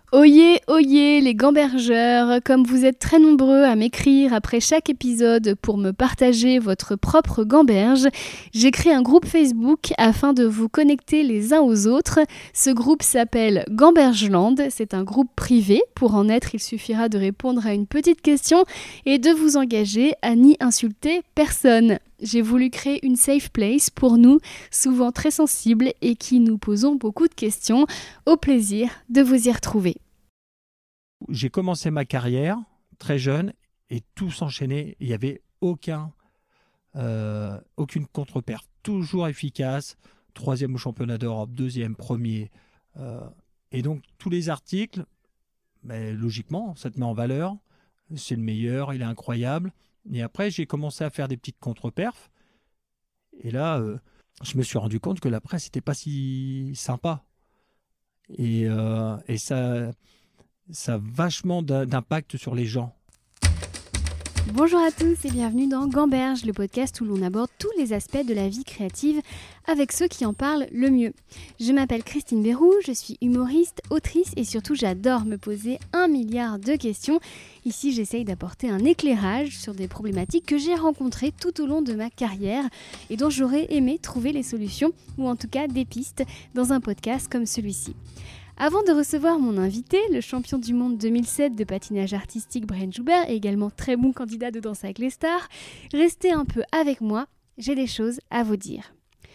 Oyez, oyez les gambergeurs, comme vous êtes très nombreux à m'écrire après chaque épisode pour me partager votre propre gamberge, j'ai créé un groupe Facebook afin de vous connecter les uns aux autres. Ce groupe s'appelle Gambergeland, c'est un groupe privé. Pour en être, il suffira de répondre à une petite question et de vous engager à n'y insulter personne. J'ai voulu créer une safe place pour nous, souvent très sensibles et qui nous posons beaucoup de questions. Au plaisir de vous y retrouver. J'ai commencé ma carrière très jeune et tout s'enchaînait. Il n'y avait aucune contre-perf. Toujours efficace. 3e au championnat d'Europe, 2e, 1er. Et donc, tous les articles, logiquement, ça te met en valeur. C'est le meilleur, il est incroyable. Et après, j'ai commencé à faire des petites contre-perfs. Et là, je me suis rendu compte que la presse n'était pas si sympa. Et ça a vachement d'impact sur les gens. Bonjour à tous et bienvenue dans Gamberge, le podcast où l'on aborde tous les aspects de la vie créative avec ceux qui en parlent le mieux. Je m'appelle Christine Béroux, je suis humoriste, autrice et surtout j'adore me poser 1 milliard de questions. Ici, j'essaye d'apporter un éclairage sur des problématiques que j'ai rencontrées tout au long de ma carrière et dont j'aurais aimé trouver les solutions ou en tout cas des pistes dans un podcast comme celui-ci. Avant de recevoir mon invité, le champion du monde 2007 de patinage artistique Brian Joubert et également très bon candidat de Danse avec les stars, restez un peu avec moi, j'ai des choses à vous dire.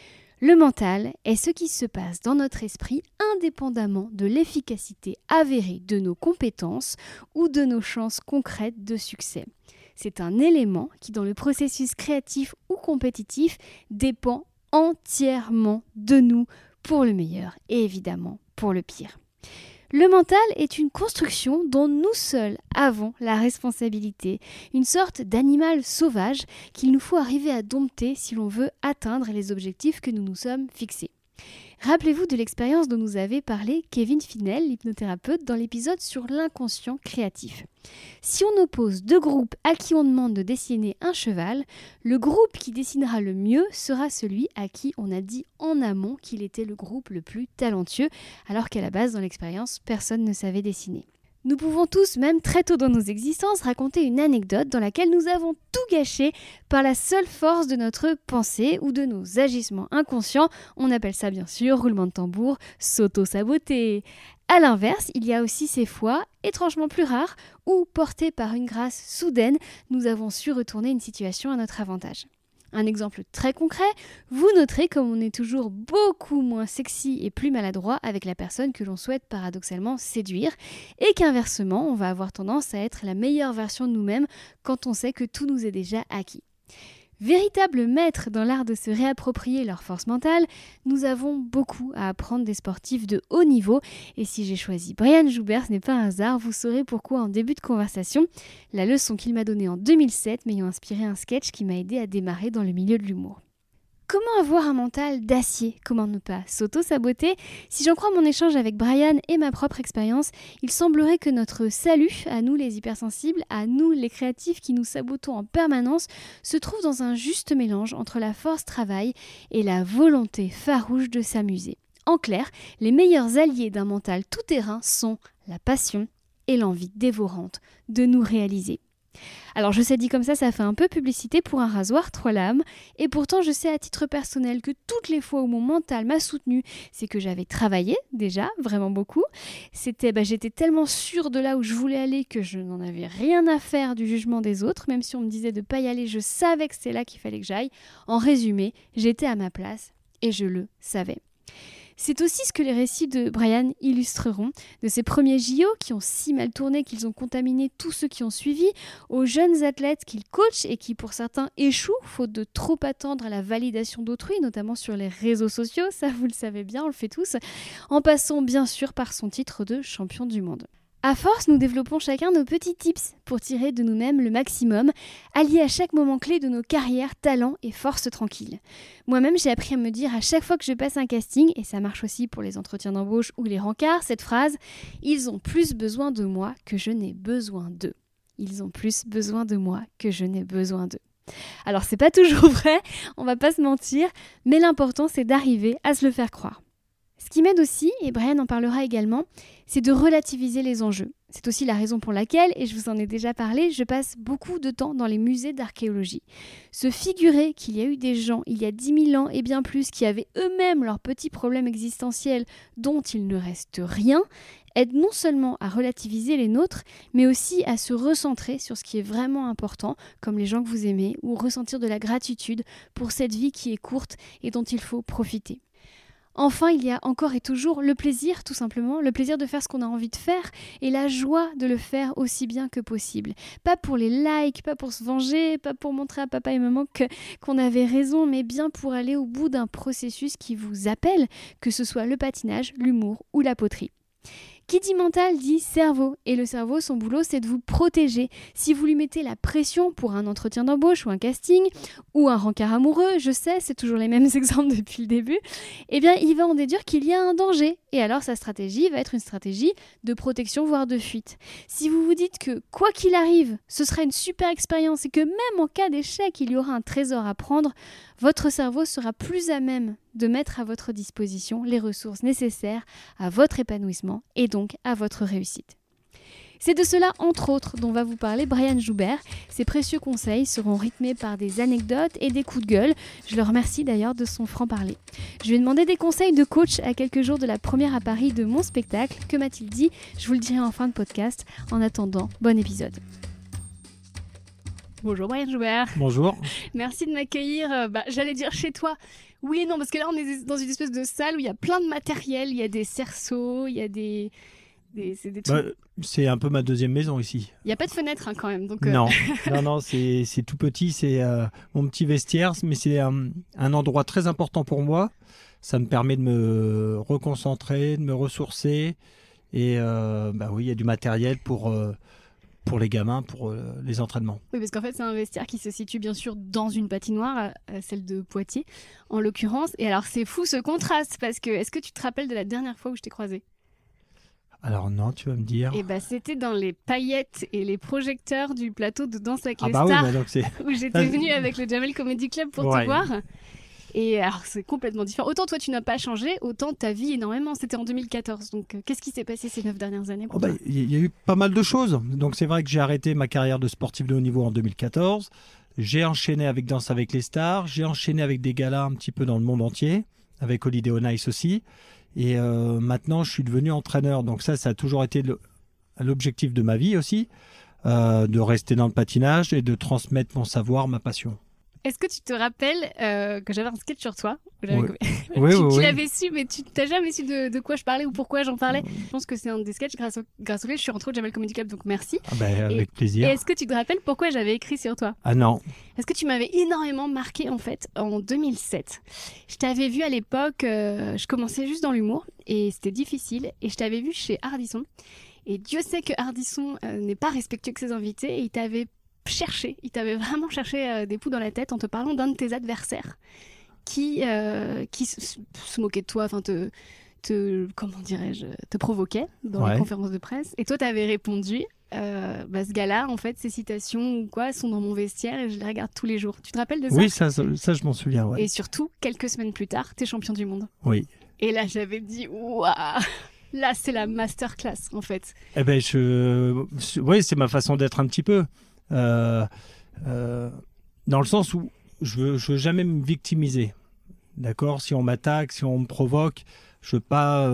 Le mental est ce qui se passe dans notre esprit indépendamment de l'efficacité avérée de nos compétences ou de nos chances concrètes de succès. C'est un élément qui, dans le processus créatif ou compétitif, dépend entièrement de nous pour le meilleur et évidemment pour le pire. Le mental est une construction dont nous seuls avons la responsabilité, une sorte d'animal sauvage qu'il nous faut arriver à dompter si l'on veut atteindre les objectifs que nous nous sommes fixés. Rappelez-vous de l'expérience dont nous avait parlé Kevin Finel, l'hypnothérapeute, dans l'épisode sur l'inconscient créatif. Si on oppose 2 groupes à qui on demande de dessiner un cheval, le groupe qui dessinera le mieux sera celui à qui on a dit en amont qu'il était le groupe le plus talentueux, alors qu'à la base, dans l'expérience, personne ne savait dessiner. Nous pouvons tous, même très tôt dans nos existences, raconter une anecdote dans laquelle nous avons tout gâché par la seule force de notre pensée ou de nos agissements inconscients. On appelle ça bien sûr, roulement de tambour, s'auto-saboter. A l'inverse, il y a aussi ces fois, étrangement plus rares, où, portés par une grâce soudaine, nous avons su retourner une situation à notre avantage. Un exemple très concret, vous noterez comme on est toujours beaucoup moins sexy et plus maladroit avec la personne que l'on souhaite paradoxalement séduire et qu'inversement, on va avoir tendance à être la meilleure version de nous-mêmes quand on sait que tout nous est déjà acquis. Véritables maîtres dans l'art de se réapproprier leur force mentale, nous avons beaucoup à apprendre des sportifs de haut niveau et si j'ai choisi Brian Joubert, ce n'est pas un hasard, vous saurez pourquoi en début de conversation, la leçon qu'il m'a donnée en 2007 m'ayant inspiré un sketch qui m'a aidé à démarrer dans le milieu de l'humour. Comment avoir un mental d'acier ? Comment ne pas s'auto-saboter ? Si j'en crois mon échange avec Brian et ma propre expérience, il semblerait que notre salut, à nous les hypersensibles, à nous les créatifs qui nous sabotons en permanence, se trouve dans un juste mélange entre la force travail et la volonté farouche de s'amuser. En clair, les meilleurs alliés d'un mental tout-terrain sont la passion et l'envie dévorante de nous réaliser. Alors je sais dit comme ça fait un peu publicité pour un rasoir 3 lames et pourtant je sais à titre personnel que toutes les fois où mon mental m'a soutenue, c'est que j'avais travaillé déjà, vraiment beaucoup. J'étais tellement sûre de là où je voulais aller que je n'en avais rien à faire du jugement des autres, même si on me disait de ne pas y aller, je savais que c'est là qu'il fallait que j'aille. En résumé, j'étais à ma place et je le savais. C'est aussi ce que les récits de Brian illustreront, de ces premiers JO qui ont si mal tourné qu'ils ont contaminé tous ceux qui ont suivi, aux jeunes athlètes qu'il coach et qui pour certains échouent, faute de trop attendre à la validation d'autrui, notamment sur les réseaux sociaux, ça vous le savez bien, on le fait tous, en passant bien sûr par son titre de champion du monde. À force, nous développons chacun nos petits tips pour tirer de nous-mêmes le maximum, alliés à chaque moment clé de nos carrières, talents et forces tranquilles. Moi-même, j'ai appris à me dire à chaque fois que je passe un casting, et ça marche aussi pour les entretiens d'embauche ou les rencarts, cette phrase « Ils ont plus besoin de moi que je n'ai besoin d'eux ». Ils ont plus besoin de moi que je n'ai besoin d'eux. Alors c'est pas toujours vrai, on va pas se mentir, mais l'important c'est d'arriver à se le faire croire. Ce qui m'aide aussi, et Brian en parlera également, c'est de relativiser les enjeux. C'est aussi la raison pour laquelle, et je vous en ai déjà parlé, je passe beaucoup de temps dans les musées d'archéologie. Se figurer qu'il y a eu des gens, il y a 10 000 ans et bien plus, qui avaient eux-mêmes leurs petits problèmes existentiels dont il ne reste rien, aide non seulement à relativiser les nôtres, mais aussi à se recentrer sur ce qui est vraiment important, comme les gens que vous aimez, ou ressentir de la gratitude pour cette vie qui est courte et dont il faut profiter. Enfin, il y a encore et toujours le plaisir, tout simplement, le plaisir de faire ce qu'on a envie de faire et la joie de le faire aussi bien que possible. Pas pour les likes, pas pour se venger, pas pour montrer à papa et maman qu'on avait raison, mais bien pour aller au bout d'un processus qui vous appelle, que ce soit le patinage, l'humour ou la poterie. Qui dit mental dit cerveau, et le cerveau, son boulot, c'est de vous protéger. Si vous lui mettez la pression pour un entretien d'embauche ou un casting, ou un rencard amoureux, je sais, c'est toujours les mêmes exemples depuis le début, eh bien, il va en déduire qu'il y a un danger. Et alors, sa stratégie va être une stratégie de protection, voire de fuite. Si vous vous dites que, quoi qu'il arrive, ce sera une super expérience et que même en cas d'échec, il y aura un trésor à prendre, votre cerveau sera plus à même de mettre à votre disposition les ressources nécessaires à votre épanouissement et donc à votre réussite. C'est de cela, entre autres, dont va vous parler Brian Joubert. Ses précieux conseils seront rythmés par des anecdotes et des coups de gueule. Je le remercie d'ailleurs de son franc-parler. Je lui ai demandé des conseils de coach à quelques jours de la première à Paris de mon spectacle. Que m'a-t-il dit ? Je vous le dirai en fin de podcast. En attendant, bon épisode. Bonjour Brian Joubert. Bonjour. Merci de m'accueillir, j'allais dire chez toi. Oui et non, parce que là on est dans une espèce de salle où il y a plein de matériel, il y a des cerceaux, il y a des trucs. C'est un peu ma deuxième maison ici. Il n'y a pas de fenêtre quand même. Donc, Non, c'est tout petit, c'est mon petit vestiaire, mais c'est un endroit très important pour moi. Ça me permet de me reconcentrer, de me ressourcer. Et oui, il y a du matériel pour les gamins, pour les entraînements. Oui, parce qu'en fait, c'est un vestiaire qui se situe bien sûr dans une patinoire, celle de Poitiers, en l'occurrence. Et alors, c'est fou ce contraste, parce que est-ce que tu te rappelles de la dernière fois où je t'ai croisé ? Alors non, tu vas me dire... c'était dans les paillettes et les projecteurs du plateau de Danse avec les Stars, oui, donc c'est... où j'étais venue avec le Jamel Comedy Club pour te voir. Et alors, c'est complètement différent. Autant toi, tu n'as pas changé, autant ta vie énormément. C'était en 2014. Donc, qu'est-ce qui s'est passé ces 9 dernières années pour toi ? Il y a eu pas mal de choses. Donc, c'est vrai que j'ai arrêté ma carrière de sportif de haut niveau en 2014. J'ai enchaîné avec Danse avec les stars. J'ai enchaîné avec des galas un petit peu dans le monde entier, avec Holiday on Ice aussi. Et maintenant, je suis devenu entraîneur. Donc ça a toujours été l'objectif de ma vie aussi, de rester dans le patinage et de transmettre mon savoir, ma passion. Est-ce que tu te rappelles que j'avais un sketch sur toi ? Oui. Tu l'avais su, mais tu n'as jamais su de quoi je parlais ou pourquoi j'en parlais. Je pense que c'est un des sketchs grâce auquel je suis rentrée au Jamel Comedy Club, donc merci. Avec plaisir. Et est-ce que tu te rappelles pourquoi j'avais écrit sur toi ? Ah non. Parce que tu m'avais énormément marqué en fait en 2007. Je t'avais vu à l'époque, je commençais juste dans l'humour et c'était difficile. Et je t'avais vu chez Ardisson. Et Dieu sait que Ardisson n'est pas respectueux que ses invités. Et il t'avait vraiment cherché des poux dans la tête en te parlant d'un de tes adversaires qui se moquait de toi, enfin comment dirais-je, te provoquait dans les conférences de presse. Et toi, t'avais répondu, ce gars-là, en fait, ses citations ou quoi sont dans mon vestiaire et je les regarde tous les jours. Tu te rappelles de ça ? Oui, ça je m'en souviens. Ouais. Et surtout, quelques semaines plus tard, t'es champion du monde. Oui. Et là, j'avais dit, waouh, là, c'est la masterclass, en fait. Oui, c'est ma façon d'être un petit peu. Dans le sens où je veux jamais me victimiser, d'accord ? Si on m'attaque, si on me provoque, je veux pas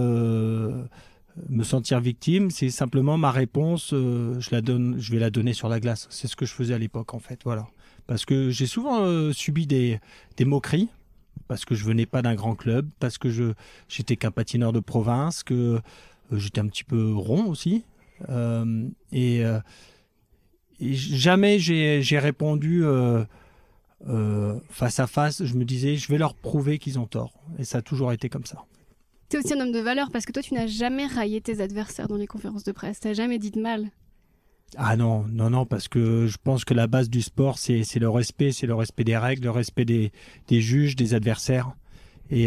me sentir victime. C'est simplement ma réponse. Je vais la donner sur la glace. C'est ce que je faisais à l'époque, en fait. Voilà. Parce que j'ai souvent subi des moqueries, parce que je venais pas d'un grand club, parce que j'étais qu'un patineur de province, que j'étais un petit peu rond aussi, et jamais j'ai répondu face à face. Je me disais, je vais leur prouver qu'ils ont tort. Et ça a toujours été comme ça. Tu es aussi un homme de valeur parce que toi, tu n'as jamais raillé tes adversaires dans les conférences de presse. Tu n'as jamais dit de mal. Ah non, parce que je pense que la base du sport, c'est le respect des règles, le respect des juges, des adversaires. Et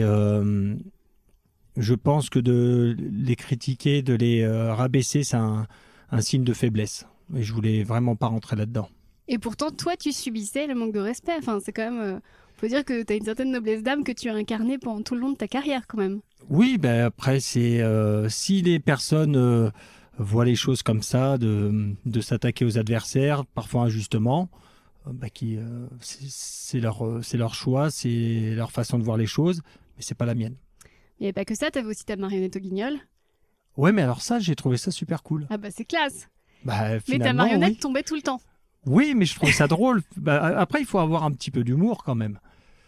je pense que de les critiquer, de les rabaisser, c'est un signe de faiblesse. Et je voulais vraiment pas rentrer là-dedans. Et pourtant, toi, tu subissais le manque de respect. Enfin, c'est quand même... Faut dire que tu as une certaine noblesse d'âme que tu as incarnée pendant tout le long de ta carrière quand même. Oui, ben après, c'est si les personnes voient les choses comme ça, de s'attaquer aux adversaires, parfois injustement, c'est leur choix, c'est leur façon de voir les choses, mais c'est pas la mienne. Il n'y avait pas que ça, tu avais aussi ta marionnette au Guignol. Ouais, mais alors ça, j'ai trouvé ça super cool. Ah bah c'est classe. Bah, Mais ta marionnette tombait tout le temps. Oui, mais je trouvais ça drôle. Après, il faut avoir un petit peu d'humour quand même.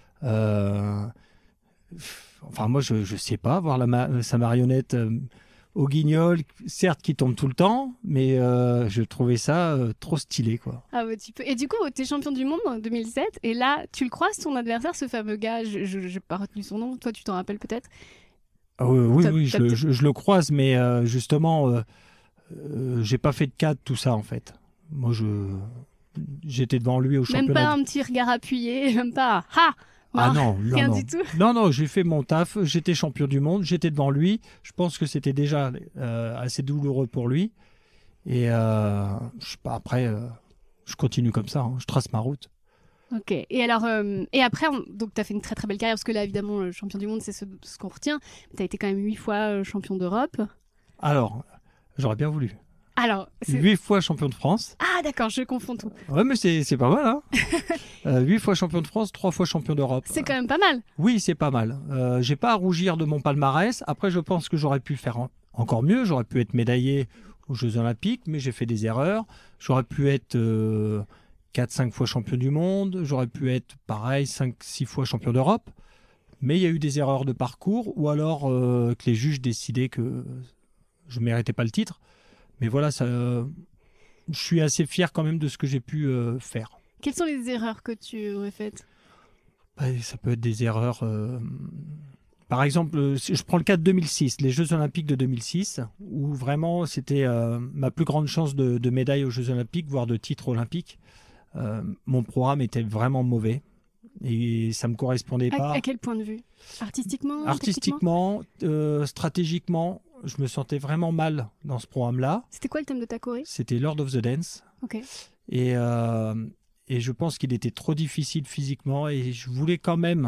Enfin, moi, je sais pas, voir sa marionnette au Guignol, certes qui tombe tout le temps, mais je trouvais ça trop stylé, quoi. Ah bah tu peux. Et du coup, tu es champion du monde en 2007, et là, tu le croises, ton adversaire, ce fameux gars, je n'ai pas retenu son nom, toi tu t'en rappelles peut-être? Oui, je le croise, mais justement, j'ai pas fait de cas de tout ça, en fait. Moi, j'étais devant lui au championnat. Même pas un petit regard appuyé, même pas. Ha! Non, rien du tout. Non, j'ai fait mon taf, j'étais champion du monde, j'étais devant lui. Je pense que c'était déjà assez douloureux pour lui. Et je sais pas, après, je continue comme ça, hein, je trace ma route. Ok, et alors, et après, donc tu as fait une très très belle carrière, parce que là, évidemment, le champion du monde, c'est ce qu'on retient. Tu as été quand même 8 fois champion d'Europe. Alors, j'aurais bien voulu. Alors, 8 fois champion de France. Ah d'accord, je confonds tout. Ouais, mais c'est pas mal, hein. 8 fois champion de France, 3 fois champion d'Europe. C'est quand même pas mal. Oui, c'est pas mal. J'ai pas à rougir de mon palmarès. Après, je pense que j'aurais pu faire encore mieux. J'aurais pu être médaillé aux Jeux Olympiques, mais j'ai fait des erreurs. J'aurais pu être 4-5 fois champion du monde. J'aurais pu être, pareil, 5-6 fois champion d'Europe. Mais il y a eu des erreurs de parcours, ou alors que les juges décidaient que je ne méritais pas le titre. Mais voilà, je suis assez fier quand même de ce que j'ai pu faire. Quelles sont les erreurs que tu aurais faites? Ça peut être des erreurs... Par exemple, je prends le cas de 2006, les Jeux Olympiques de 2006, où vraiment c'était ma plus grande chance de médaille aux Jeux Olympiques, voire de titre olympique. Mon programme était vraiment mauvais et ça ne me correspondait pas. À quel point de vue? Artistiquement? Artistiquement, stratégiquement, je me sentais vraiment mal dans ce programme-là. C'était quoi le thème de ta choré? C'était Lord of the Dance. Ok. Et je pense qu'il était trop difficile physiquement et je voulais quand même...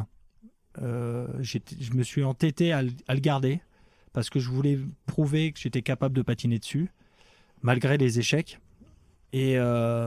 je me suis entêté à le garder parce que je voulais prouver que j'étais capable de patiner dessus malgré les échecs et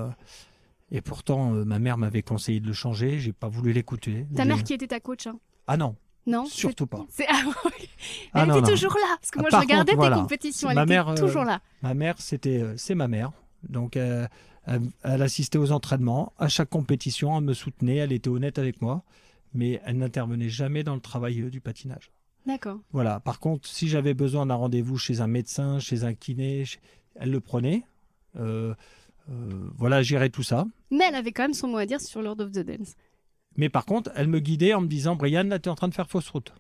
pourtant ma mère m'avait conseillé de le changer, j'ai pas voulu l'écouter. Ta mère qui était ta coach, hein? Ah non, non, surtout pas. Elle était toujours là parce que moi je regardais tes compétitions, elle était toujours là. Ma mère c'est ma mère, donc elle assistait aux entraînements, à chaque compétition elle me soutenait, elle était honnête avec moi. Mais elle n'intervenait jamais dans le travail du patinage. D'accord. Voilà. Par contre, si j'avais besoin d'un rendez-vous chez un médecin, chez un kiné, elle le prenait. Voilà, gérait tout ça. Mais elle avait quand même son mot à dire sur Lord of the Dance. Mais par contre, elle me guidait en me disant « Brian, là, tu es en train de faire fausse route.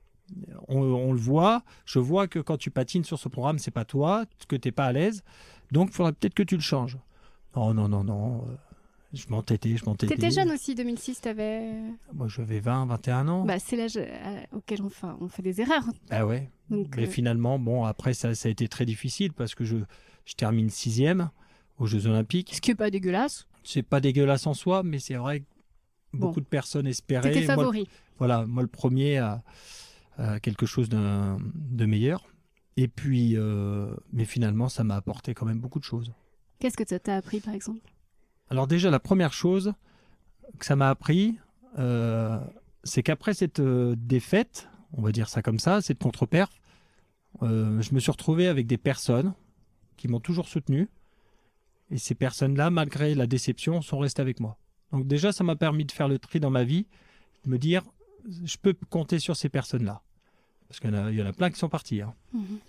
On le voit. Je vois que quand tu patines sur ce programme, c'est pas toi, que tu n'es pas à l'aise. Donc, il faudrait peut-être que tu le changes. » Non. Je m'entêtais. T'étais jeune aussi, 2006, t'avais... Moi, j'avais 20, 21 ans. Bah, c'est l'âge auquel on fait des erreurs. Ah ouais. Donc, mais finalement, bon, après, ça a été très difficile parce que je termine 6e aux Jeux Olympiques. Ce qui n'est pas dégueulasse. C'est pas dégueulasse en soi, mais c'est vrai que beaucoup de personnes espéraient. T'étais favori. Moi, le premier à quelque chose de meilleur. Et puis, mais finalement, ça m'a apporté quand même beaucoup de choses. Qu'est-ce que ça t'a appris, par exemple ? Alors déjà, la première chose que ça m'a appris, c'est qu'après cette défaite, on va dire ça comme ça, cette contre-perf, je me suis retrouvé avec des personnes qui m'ont toujours soutenu. Et ces personnes-là, malgré la déception, sont restées avec moi. Donc déjà, ça m'a permis de faire le tri dans ma vie, de me dire, je peux compter sur ces personnes-là. Parce qu'il y en a plein qui sont partis. Hein.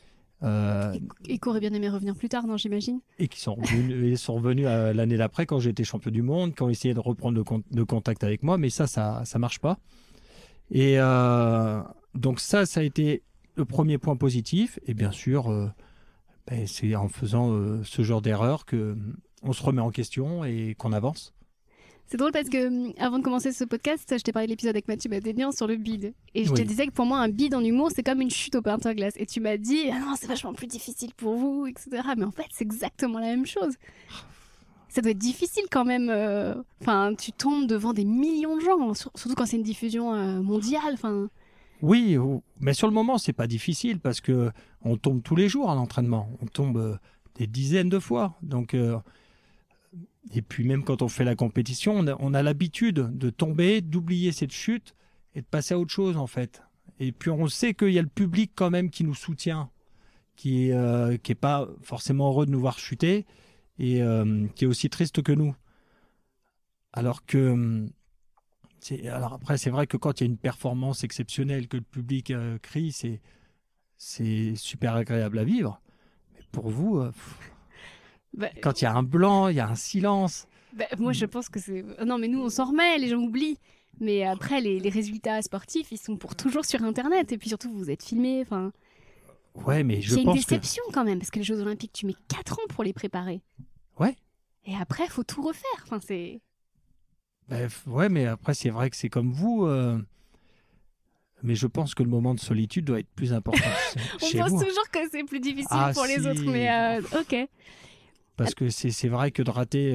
Et qui auraient bien aimé revenir plus tard, non, j'imagine. Et qui sont revenus l'année d'après, quand j'étais champion du monde, qui ont essayé de reprendre le contact avec moi, mais ça marche pas. Et donc ça a été le premier point positif. Et bien sûr, c'est en faisant ce genre d'erreur qu'on se remet en question et qu'on avance. C'est drôle parce que avant de commencer ce podcast, je t'ai parlé de l'épisode avec Mathieu Badénian sur le bide. Et je te disais que pour moi, un bide en humour, c'est comme une chute au patin glace. Et tu m'as dit, ah non, c'est vachement plus difficile pour vous, etc. Mais en fait, c'est exactement la même chose. Ça doit être difficile quand même. Enfin, tu tombes devant des millions de gens, surtout quand c'est une diffusion mondiale. Enfin, Oui, mais sur le moment, c'est pas difficile parce que on tombe tous les jours à l'entraînement. On tombe des dizaines de fois. Donc, et puis même quand on fait la compétition, on a l'habitude de tomber, d'oublier cette chute et de passer à autre chose en fait. Et puis on sait qu'il y a le public quand même qui nous soutient, qui est pas forcément heureux de nous voir chuter et qui est aussi triste que nous. Alors que alors après, c'est vrai que quand il y a une performance exceptionnelle, que le public crie, c'est super agréable à vivre. Mais pour vous, bah, quand il y a un blanc, il y a un silence. moi, je pense que c'est. Non, mais nous, on s'en remet, les gens oublient. Mais après, les résultats sportifs, ils sont pour toujours sur Internet. Et puis surtout, vous êtes filmés. Enfin, Ouais, mais je c'est une pense déception quand même, parce que les Jeux Olympiques, tu mets 4 ans pour les préparer. Ouais. Et après, il faut tout refaire. Enfin, c'est. Ouais, mais après, c'est vrai que c'est comme vous. Mais je pense que le moment de solitude doit être plus important On chez pense vous. toujours que c'est plus difficile Ah, pour les si. autres. Mais ok. Parce que c'est vrai que de rater.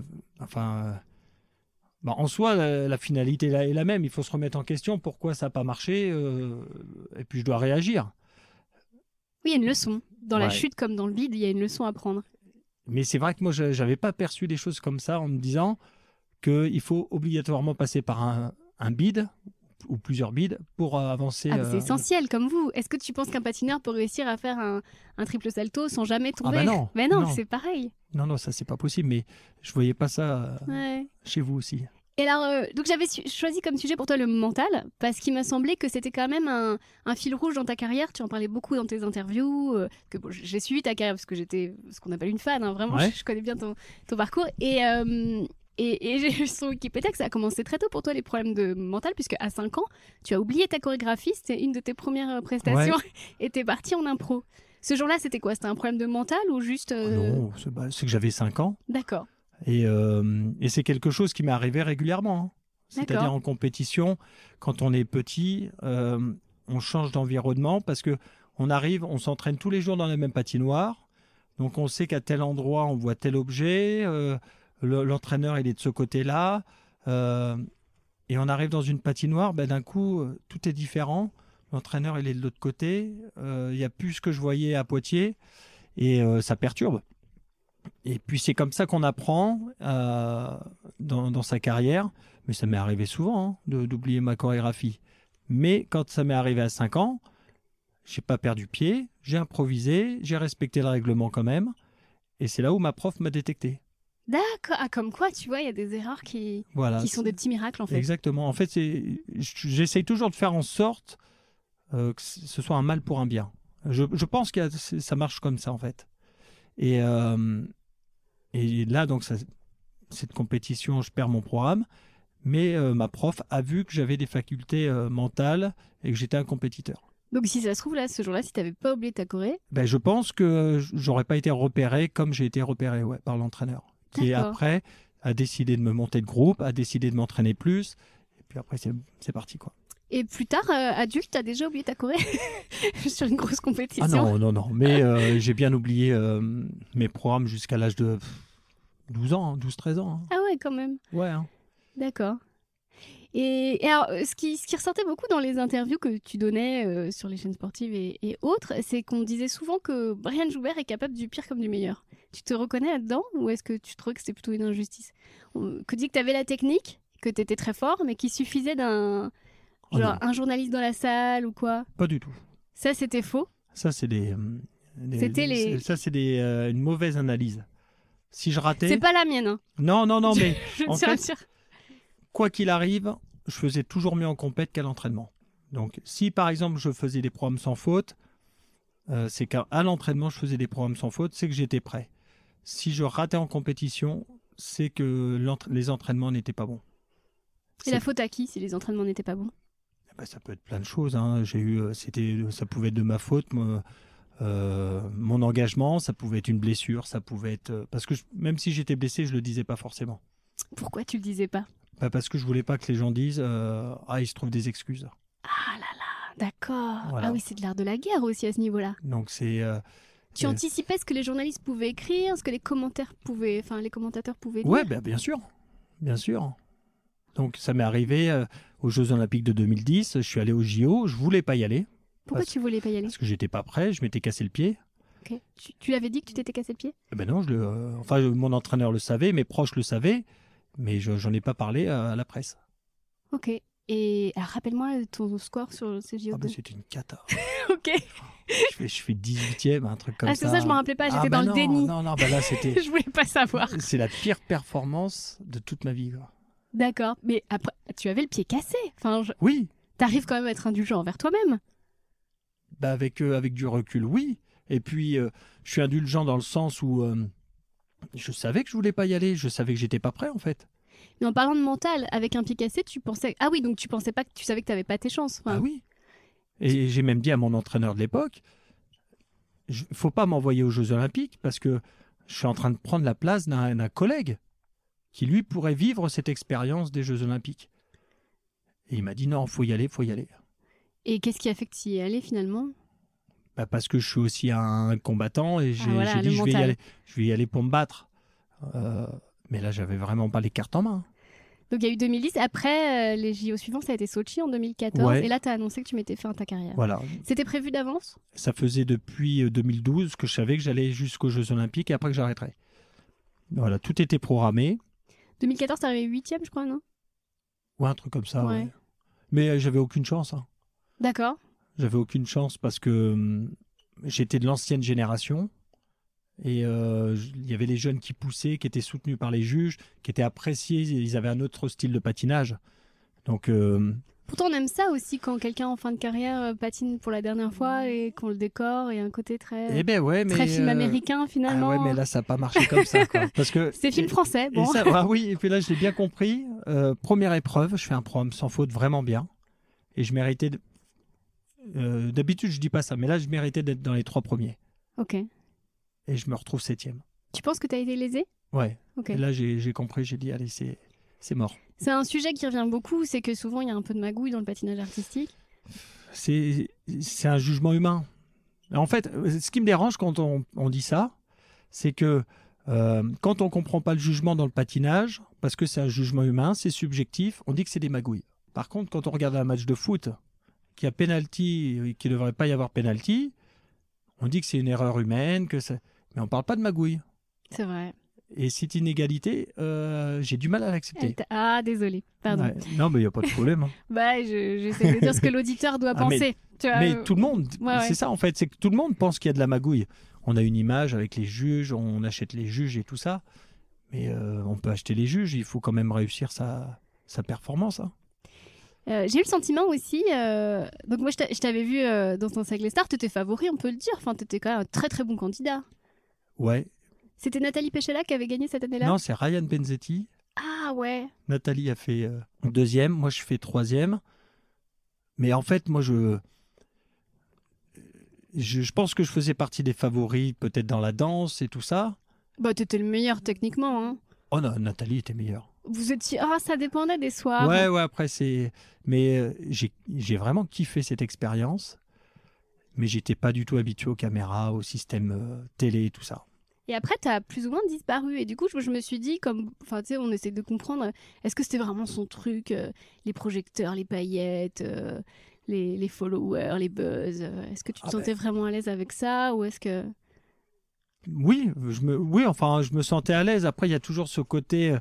En soi, la finalité est la même. Il faut se remettre en question. Pourquoi ça n'a pas marché et puis je dois réagir. Oui, il y a une leçon. Dans la Ouais. chute comme dans le vide, il y a une leçon à prendre. Mais c'est vrai que moi, je n'avais pas perçu des choses comme ça en me disant qu'il faut obligatoirement passer par un bid ou plusieurs bids pour avancer. Ah, mais c'est essentiel, comme vous. Est-ce que tu penses qu'un patineur peut réussir à faire un triple salto sans jamais tomber? Ah bah non. Mais non, Non. c'est pareil. Non, ça, c'est pas possible. Mais je voyais pas ça Ouais. chez vous aussi. Et alors, donc j'avais choisi comme sujet pour toi le mental, parce qu'il m'a semblé que c'était quand même un fil rouge dans ta carrière. Tu en parlais beaucoup dans tes interviews, que bon, j'ai suivi ta carrière parce que j'étais ce qu'on appelle une fan, hein, vraiment, Ouais. je connais bien ton parcours. Et j'ai vu sur Wikipédia que ça a commencé très tôt pour toi les problèmes de mental, puisque à 5 ans, tu as oublié ta chorégraphie, c'était une de tes premières prestations, et t'es parti en impro. Ce jour-là, c'était quoi? C'était un problème de mental ou juste... Non, c'est que j'avais 5 ans. D'accord. Et c'est quelque chose qui m'est arrivé régulièrement. Hein. C'est-à-dire D'accord. en compétition, quand on est petit, on change d'environnement parce que on arrive, on s'entraîne tous les jours dans la même patinoire. Donc on sait qu'à tel endroit, on voit tel objet. L'entraîneur, il est de ce côté-là. Et on arrive dans une patinoire, d'un coup, tout est différent. L'entraîneur, il est de l'autre côté. Il n'y a plus ce que je voyais à Poitiers. Et ça perturbe. Et puis c'est comme ça qu'on apprend dans sa carrière. Mais ça m'est arrivé souvent hein, d'oublier ma chorégraphie. Mais quand ça m'est arrivé à 5 ans, j'ai pas perdu pied, j'ai improvisé, j'ai respecté le règlement quand même. Et c'est là où ma prof m'a détecté. D'accord. Ah, comme quoi, tu vois, il y a des erreurs qui sont des petits miracles en fait. Exactement. En fait, j'essaye toujours de faire en sorte que ce soit un mal pour un bien. Je pense que ça marche comme ça en fait. Et là, donc, cette compétition, je perds mon programme. Mais ma prof a vu que j'avais des facultés mentales et que j'étais un compétiteur. Donc si ça se trouve là, ce jour-là, si tu n'avais pas oublié ta choré... Je pense que j'aurais pas été repéré comme j'ai été repéré par l'entraîneur. Qui D'accord. après a décidé de me monter de groupe, a décidé de m'entraîner plus. Et puis après, c'est parti quoi. Et plus tard, adulte, t'as déjà oublié ta choré sur une grosse compétition? Ah non. Mais j'ai bien oublié mes programmes jusqu'à l'âge de 12 ans, 12-13 ans. Hein. Ah ouais, quand même. Ouais. Hein. D'accord. Et alors, ce qui ressortait beaucoup dans les interviews que tu donnais sur les chaînes sportives et autres, c'est qu'on disait souvent que Brian Joubert est capable du pire comme du meilleur. Tu te reconnais là-dedans ou est-ce que tu trouvais que c'était plutôt une injustice? Que dit que tu avais la technique, que tu étais très fort, mais qu'il suffisait d'un... Genre un journaliste dans la salle ou quoi? Pas du tout. Ça, c'était faux? Ça, c'est une mauvaise analyse. Si je ratais... C'est pas la mienne. Hein. Non, mais Je en te fait, rassure. quoi qu'il arrive, je faisais toujours mieux en compète qu'à l'entraînement. Donc, si par exemple, je faisais des programmes sans faute, c'est qu'à l'entraînement, je faisais des programmes sans faute, c'est que j'étais prêt. Si je ratais en compétition, c'est que les entraînements n'étaient pas bons. Et la faute à qui si les entraînements n'étaient pas bons? Ça peut être plein de choses. Hein. Ça pouvait être de ma faute, mon engagement, ça pouvait être une blessure, ça pouvait être... Parce que même si j'étais blessé, je ne le disais pas forcément. Pourquoi tu le disais pas? Parce que je voulais pas que les gens disent il se trouve des excuses. Ah là là, d'accord. Voilà. Ah oui, c'est de l'art de la guerre aussi à ce niveau-là. Donc Tu anticipais ce que les journalistes pouvaient écrire, ce que les commentateurs pouvaient dire? Ouais, bien sûr. Bien sûr. Donc, ça m'est arrivé aux Jeux Olympiques de 2010. Je suis allé au JO. Je voulais pas y aller. Pourquoi tu voulais pas y aller? Parce que j'étais pas prêt. Je m'étais cassé le pied. Okay. Tu avais dit que tu t'étais cassé le pied? Ben non, mon entraîneur le savait, mes proches le savaient, mais j'en ai pas parlé à la presse. Ok. Et alors, rappelle-moi ton score sur ces JO. C'était une cata. Ok. Je fais 18e, un truc comme ça. Ah, c'est ça, je m'en rappelais pas, j'étais dans le déni. Non, là, c'était... Je voulais pas savoir. C'est la pire performance de toute ma vie, quoi. D'accord. Mais après, tu avais le pied cassé. Oui. T'arrives quand même à être indulgent envers toi-même. Avec du recul, oui. Et puis, je suis indulgent dans le sens où je savais que je voulais pas y aller. Je savais que j'étais pas prêt, en fait. Mais en parlant de mental, avec un pied cassé, tu pensais... Ah oui, donc tu pensais pas que tu savais que t'avais pas tes chances. Ah oui. Et j'ai même dit à mon entraîneur de l'époque, faut pas m'envoyer aux Jeux Olympiques parce que je suis en train de prendre la place d'un collègue qui, lui, pourrait vivre cette expérience des Jeux Olympiques. Et il m'a dit non, faut y aller. Et qu'est-ce qui a fait que tu y es allé finalement? Parce que je suis aussi un combattant et j'ai dit je vais y aller pour me battre. Mais là, j'avais vraiment pas les cartes en main. Donc il y a eu 2010. Après, les JO suivants, ça a été Sochi en 2014. Ouais. Et là, tu as annoncé que tu mettais fin à ta carrière. Voilà. C'était prévu d'avance? Ça faisait depuis 2012 que je savais que j'allais jusqu'aux Jeux Olympiques et après que j'arrêterais. Voilà, tout était programmé. 2014, t'es arrivé 8e, je crois, non? Ouais, un truc comme ça, ouais. Mais j'avais aucune chance. Hein. D'accord. J'avais aucune chance parce que j'étais de l'ancienne génération. Et il y avait les jeunes qui poussaient, qui étaient soutenus par les juges, qui étaient appréciés. Ils avaient un autre style de patinage. Donc, pourtant, on aime ça aussi quand quelqu'un en fin de carrière patine pour la dernière fois et qu'on le décore. Il y a un côté très film américain finalement. Ah ouais, mais là, ça n'a pas marché comme ça. Quoi. Parce que, c'est film français. Bon. Et ça, oui, et puis là, je l'ai bien compris. Première épreuve, je fais un programme sans faute vraiment bien. Et je méritais... d'habitude, je dis pas ça, mais là, je méritais d'être dans les 3 premiers. Ok. Et je me retrouve 7e. Tu penses que tu as été lésé? Ouais. Okay. Et là, j'ai compris, j'ai dit, allez, c'est mort. C'est un sujet qui revient beaucoup, c'est que souvent, il y a un peu de magouille dans le patinage artistique. C'est un jugement humain. En fait, ce qui me dérange quand on dit ça, c'est que quand on ne comprend pas le jugement dans le patinage, parce que c'est un jugement humain, c'est subjectif, on dit que c'est des magouilles. Par contre, quand on regarde un match de foot, qu'il y a penalty et qu'il ne devrait pas y avoir penalty, on dit que c'est une erreur humaine, mais on ne parle pas de magouille. C'est vrai. Et cette inégalité, j'ai du mal à l'accepter. Ah, désolé, pardon. Ouais. Non, mais il n'y a pas de problème. J'essaie de dire ce que l'auditeur doit penser. Mais tout le monde, c'est ça en fait, c'est que tout le monde pense qu'il y a de la magouille. On a une image avec les juges, on achète les juges et tout ça, mais on peut acheter les juges, il faut quand même réussir sa performance. Hein. J'ai eu le sentiment aussi, donc moi je t'avais vu dans ton Avec les Stars, tu étais favori, on peut le dire, enfin tu étais quand même un très très bon candidat. Ouais. C'était Nathalie Péchela qui avait gagné cette année-là? Non, c'est Ryan Benzetti. Ah ouais. Nathalie a fait 2e, moi je fais 3e. Mais en fait, moi je pense que je faisais partie des favoris, peut-être dans la danse et tout ça. Bah t'étais le meilleur techniquement, hein. Oh non, Nathalie était meilleure. Vous étiez... Ah, ça dépendait des soirs. Ouais, après c'est... Mais j'ai vraiment kiffé cette expérience. Mais j'étais pas du tout habitué aux caméras, au système télé et tout ça. Et après, tu as plus ou moins disparu. Et du coup, je me suis dit, enfin, tu sais, on essaie de comprendre, est-ce que c'était vraiment son truc, les projecteurs, les paillettes, les followers, les buzz. Est-ce que tu te sentais vraiment à l'aise avec ça ou est-ce que... Oui, je me sentais à l'aise. Après, il y a toujours ce côté...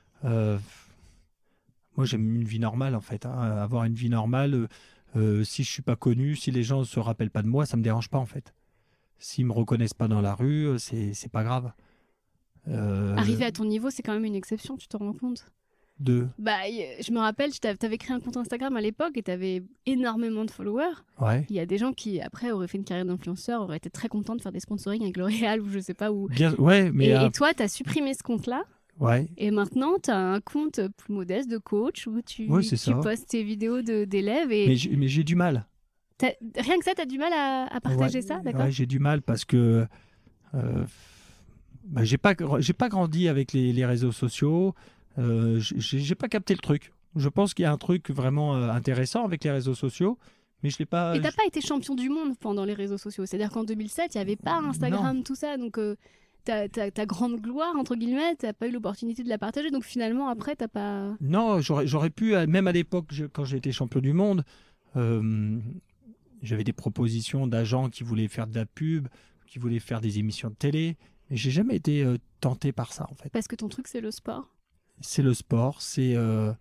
Moi, j'aime une vie normale, en fait. Hein. Avoir une vie normale, si je suis pas connu, si les gens ne se rappellent pas de moi, ça me dérange pas, en fait. S'ils me reconnaissent pas dans la rue, c'est pas grave. Arriver à ton niveau, c'est quand même une exception, tu te rends compte? Je me rappelle, tu avais créé un compte Instagram à l'époque et tu avais énormément de followers. Ouais. Il y a des gens qui, après, auraient fait une carrière d'influenceur, auraient été très contents de faire des sponsorings avec L'Oréal ou je sais pas où. Et toi, tu as supprimé ce compte-là. Ouais. Et maintenant, tu as un compte plus modeste de coach où tu postes tes vidéos d'élèves. Mais j'ai du mal. Rien que ça, tu as du mal à partager ça, d'accord? Ouais, j'ai du mal parce que j'ai pas grandi avec les réseaux sociaux. J'ai pas capté le truc. Je pense qu'il y a un truc vraiment intéressant avec les réseaux sociaux, Mais je l'ai pas. Et t'as pas été champion du monde pendant les réseaux sociaux. C'est-à-dire qu'en 2007, il n'y avait pas Instagram, tout ça. Donc ta grande gloire, entre guillemets, t'as pas eu l'opportunité de la partager. Donc finalement, après, t'as pas... Non, j'aurais pu, même à l'époque, quand j'ai été champion du monde, j'avais des propositions d'agents qui voulaient faire de la pub, qui voulaient faire des émissions de télé. Et j'ai jamais été tenté par ça, en fait. Parce que ton truc, c'est le sport. C'est le sport, c'est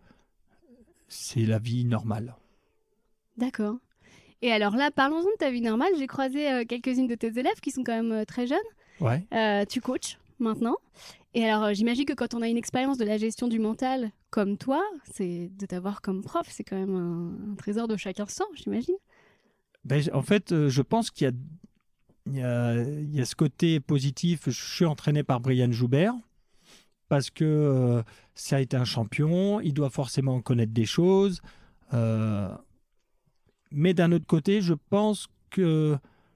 la vie normale. D'accord. Et alors là, parlons-en de ta vie normale. J'ai croisé quelques-unes de tes élèves qui sont quand même très jeunes. Ouais. Tu coaches maintenant. Et alors, j'imagine que quand on a une expérience de la gestion du mental comme toi, c'est de t'avoir comme prof, c'est quand même un trésor de chacun sent, j'imagine. Ben, en fait, je pense qu'il y a ce côté positif. Je suis entraîné par Brian Joubert parce que ça a été un champion. Il doit forcément connaître des choses. Mais d'un autre côté, je pense que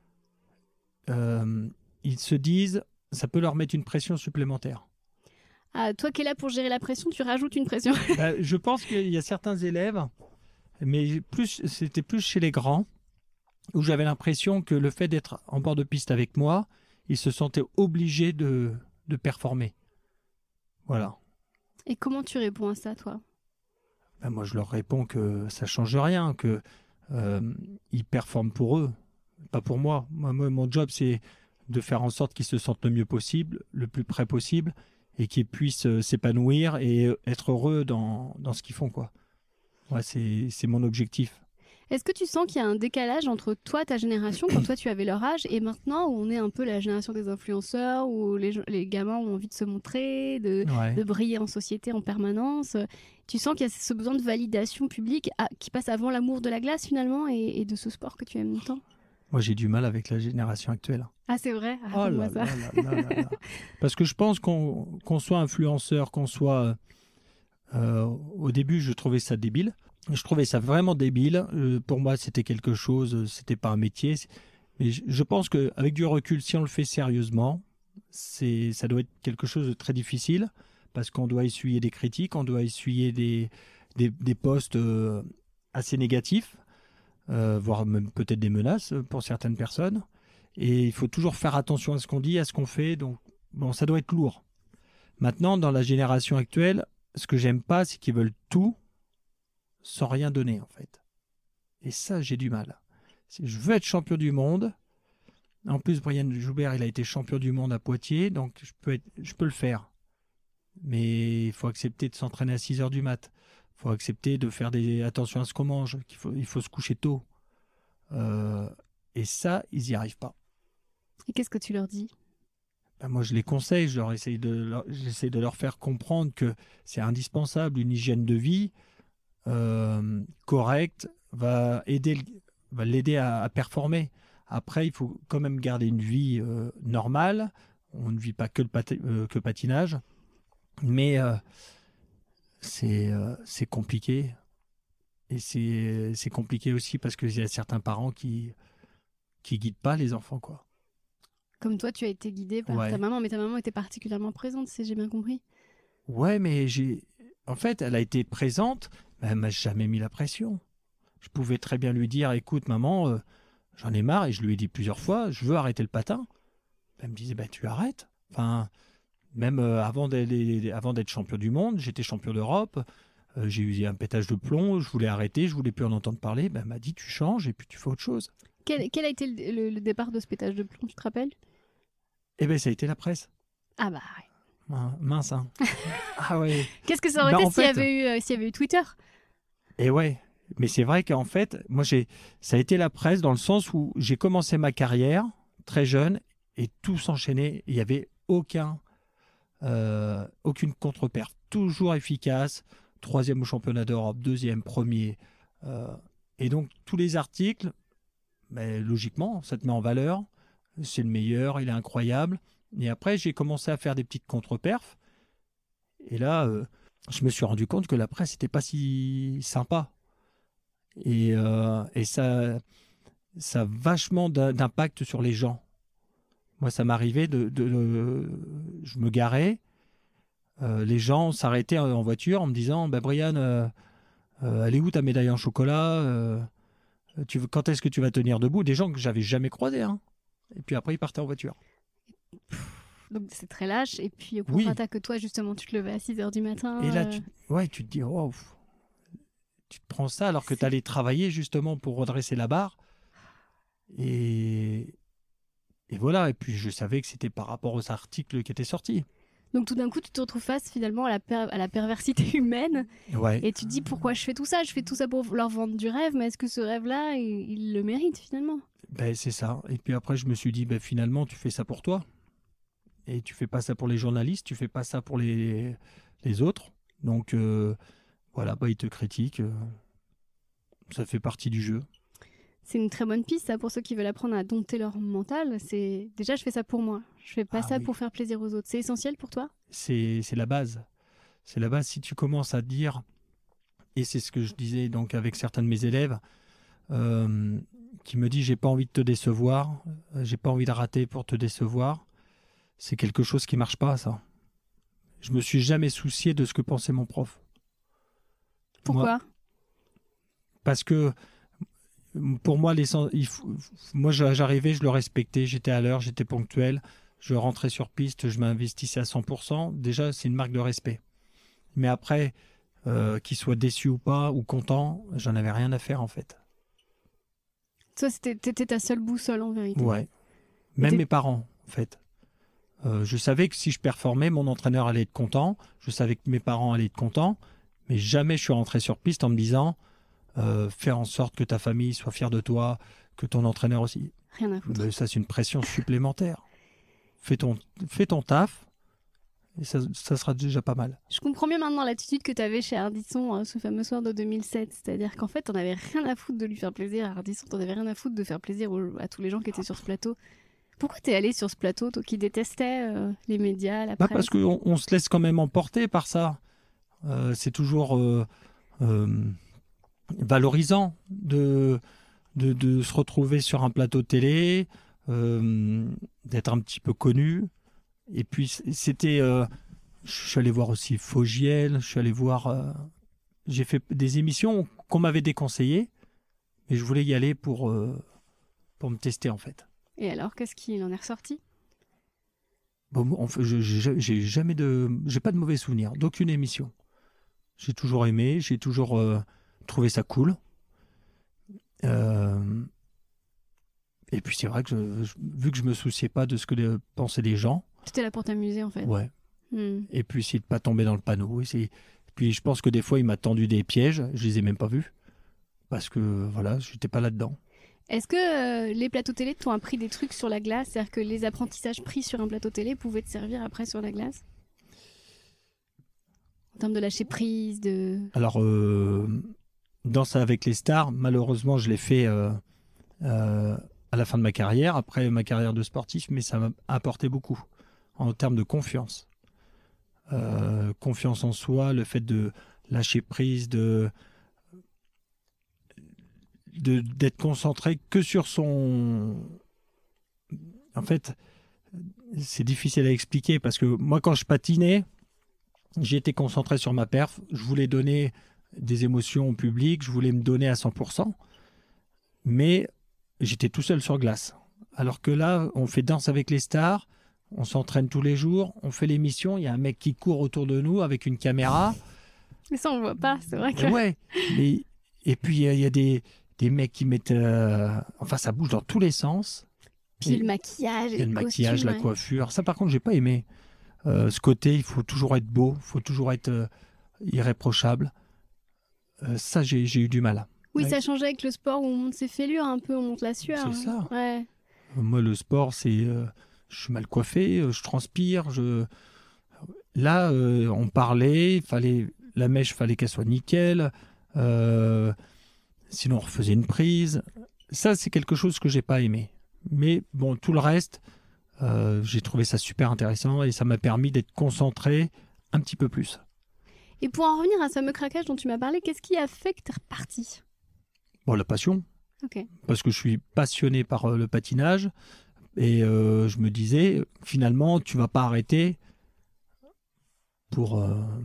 ils se disent, ça peut leur mettre une pression supplémentaire. Ah, toi qui es là pour gérer la pression, tu rajoutes une pression. Je pense qu'il y a certains élèves, mais c'était plus chez les grands, où j'avais l'impression que le fait d'être en bord de piste avec moi, ils se sentaient obligés de performer. Voilà. Et comment tu réponds à ça, toi ? Moi, je leur réponds que ça ne change rien, que ils performent pour eux, pas pour moi. Moi, mon job, c'est de faire en sorte qu'ils se sentent le mieux possible, le plus près possible, et qu'ils puissent s'épanouir et être heureux dans ce qu'ils font, quoi. Ouais, c'est mon objectif. Est-ce que tu sens qu'il y a un décalage entre toi, ta génération, quand toi tu avais leur âge, et maintenant où on est un peu la génération des influenceurs, où les gamins ont envie de se montrer, de briller en société en permanence. Tu sens qu'il y a ce besoin de validation publique qui passe avant l'amour de la glace finalement et de ce sport que tu aimes tant ? Moi, j'ai du mal avec la génération actuelle. Ah, c'est vrai ? Oh là là là là. Parce que je pense qu'on soit influenceur, qu'on soit... au début, je trouvais ça débile. Je trouvais ça vraiment débile. Pour moi, c'était quelque chose, c'était pas un métier. Mais je pense qu'avec du recul, si on le fait sérieusement, ça doit être quelque chose de très difficile parce qu'on doit essuyer des critiques, on doit essuyer des posts assez négatifs, voire même peut-être des menaces pour certaines personnes. Et il faut toujours faire attention à ce qu'on dit, à ce qu'on fait. Donc, bon, ça doit être lourd. Maintenant, dans la génération actuelle, ce que j'aime pas, c'est qu'ils veulent tout sans rien donner, en fait. Et ça, j'ai du mal. Je veux être champion du monde. En plus, Brian Joubert, il a été champion du monde à Poitiers, donc je peux le faire. Mais il faut accepter de s'entraîner à 6 heures du mat'. Il faut accepter de faire attention à ce qu'on mange. Il faut se coucher tôt. Et ça, ils n'y arrivent pas. Et qu'est-ce que tu leur dis ? Moi, je les conseille. J'essaie de leur faire comprendre que c'est indispensable. Une hygiène de vie correcte va l'aider à performer. Après, il faut quand même garder une vie normale. On ne vit pas que le patinage. Mais c'est compliqué. Et c'est compliqué aussi parce qu'il y a certains parents qui guident pas les enfants, quoi. Comme toi, tu as été guidé par ta maman, mais ta maman était particulièrement présente, si j'ai bien compris. Ouais, mais en fait, elle a été présente, mais elle m'a jamais mis la pression. Je pouvais très bien lui dire, écoute, maman, j'en ai marre, et je lui ai dit plusieurs fois, je veux arrêter le patin. Elle me disait, tu arrêtes. Enfin, même avant d'être champion du monde, j'étais champion d'Europe. J'ai eu un pétage de plomb, je voulais arrêter, je voulais plus en entendre parler. Elle m'a dit, tu changes et puis tu fais autre chose. Quel a été le départ de ce pétage de plomb, tu te rappelles ? Ça a été la presse. Ah bah ouais. Mince, hein. Ah ouais. Qu'est-ce que ça aurait été s'il y avait eu Twitter ? Et ouais, mais c'est vrai qu'en fait, moi ça a été la presse dans le sens où j'ai commencé ma carrière très jeune et tout s'enchaînait. Il n'y avait aucune contre-perf, toujours efficace. 3e au championnat d'Europe, 2e, 1er. Et donc tous les articles, logiquement, ça te met en valeur. C'est le meilleur, il est incroyable. Et après, j'ai commencé à faire des petites contre-perfs. Et là, je me suis rendu compte que la presse n'était pas si sympa. Et ça a vachement d'impact sur les gens. Moi, ça m'arrivait je me garais. Les gens s'arrêtaient en voiture en me disant « Brian, elle est où ta médaille en chocolat Quand est-ce que tu vas tenir debout? Des gens que j'avais jamais croisés. Hein. Et puis après, ils partaient en voiture. Donc c'est très lâche. Et puis au Oui. contraire que toi, justement, tu te levais à 6h du matin. Et là, tu te dis, wow, tu te prends ça alors que tu allais travailler justement pour redresser la barre. Et voilà. Et puis je savais que c'était par rapport aux articles qui étaient sortis. Donc tout d'un coup, tu te retrouves face finalement à la perversité humaine. Ouais. Et tu te dis pourquoi je fais tout ça? Je fais tout ça pour leur vendre du rêve, mais est-ce que ce rêve-là, il le mérite finalement? Ben, c'est ça. Et puis après, je me suis dit, ben, finalement, tu fais ça pour toi. Et tu fais pas ça pour les journalistes, tu fais pas ça pour les autres. Donc voilà, bah, ils te critiquent. Ça fait partie du jeu. C'est une très bonne piste, ça, pour ceux qui veulent apprendre à dompter leur mental. C'est déjà, je fais ça pour moi. Je fais pas ça pour faire plaisir aux autres. C'est essentiel pour toi? C'est la base. C'est la base. Si tu commences à dire, et c'est ce que je disais donc avec certains de mes élèves, qui me disent j'ai pas envie de te décevoir, j'ai pas envie de rater pour te décevoir. C'est quelque chose qui marche pas, ça. Je me suis jamais soucié de ce que pensait mon prof. Pourquoi? Parce que pour moi, moi j'arrivais, je le respectais, j'étais à l'heure, j'étais ponctuel, je rentrais sur piste, je m'investissais à 100%. Déjà, c'est une marque de respect. Mais après, qu'il soit déçu ou pas, ou content, j'en avais rien à faire en fait. Toi, t'étais ta seule boussole en vérité. Ouais. Même mes parents, en fait. Je savais que si je performais, mon entraîneur allait être content. Je savais que mes parents allaient être contents. Mais jamais je suis rentré sur piste en me disant fais en sorte que ta famille soit fière de toi, que ton entraîneur aussi. Rien à foutre. Mais ça, c'est une pression supplémentaire. Fais ton taf et ça sera déjà pas mal. Je comprends mieux maintenant l'attitude que tu avais chez Ardisson ce fameux soir de 2007. C'est-à-dire qu'en fait, t'en avais rien à foutre de lui faire plaisir à Ardisson. T'en avais rien à foutre de faire plaisir à tous les gens qui étaient sur ce plateau. Pourquoi t'es allé sur ce plateau, toi qui détestais les médias, la presse? Parce qu'on se laisse quand même emporter par ça. C'est toujours valorisant de se retrouver sur un plateau de télé, d'être un petit peu connu. Et puis c'était... je suis allé voir aussi Fogiel, je suis allé voir... j'ai fait des émissions qu'on m'avait déconseillées, mais je voulais y aller pour me tester en fait. Et alors, qu'est-ce qu'il en est ressorti? Bon, en fait, j'ai pas de mauvais souvenirs d'aucune émission. J'ai toujours aimé, j'ai toujours trouvé ça cool. Et puis c'est vrai que vu que je me souciais pas de ce que pensaient les gens. C'était là pour t'amuser en fait. Ouais. Et puis essayer de pas tomber dans le panneau. Puis je pense que des fois il m'a tendu des pièges, je les ai même pas vus parce que voilà, j'étais pas là-dedans. Est-ce que les plateaux télé t'ont appris des trucs sur la glace? C'est-à-dire que les apprentissages pris sur un plateau télé pouvaient te servir après sur la glace? En termes de lâcher prise, de... Alors, Danse avec les stars, malheureusement, je l'ai fait à la fin de ma carrière, après ma carrière de sportif, mais ça m'a apporté beaucoup en termes de confiance. Confiance en soi, le fait de lâcher prise, d'être concentré que sur son... En fait, c'est difficile à expliquer parce que moi, quand je patinais, j'étais concentré sur ma perf. Je voulais donner des émotions au public, je voulais me donner à 100%, mais j'étais tout seul sur glace. Alors que là, on fait Danse avec les stars, on s'entraîne tous les jours, on fait l'émission, il y a un mec qui court autour de nous avec une caméra. Mais ça, on ne voit pas, c'est vrai que... Ouais, et puis il y a des mecs qui mettent... Enfin, ça bouge dans tous les sens. Puis le maquillage, le maquillage, la coiffure. Ça, par contre, j'ai pas aimé. Ce côté, il faut toujours être beau, il faut toujours être irréprochable. Ça, j'ai eu du mal. Oui, ouais. Ça changeait avec le sport où on monte ses fêlures un peu, on monte la sueur. C'est ça. Ouais. Moi, le sport, c'est... je suis mal coiffé, je transpire. Là, on parlait, la mèche, fallait qu'elle soit nickel. Sinon, on refaisait une prise. Ça, c'est quelque chose que j'ai pas aimé. Mais bon, tout le reste, j'ai trouvé ça super intéressant et ça m'a permis d'être concentré un petit peu plus. Et pour en revenir à ce fameux craquage dont tu m'as parlé, qu'est-ce qui a fait que tu es reparti? Bon, la passion. Okay. Parce que je suis passionné par le patinage et je me disais, finalement, tu vas pas arrêter pour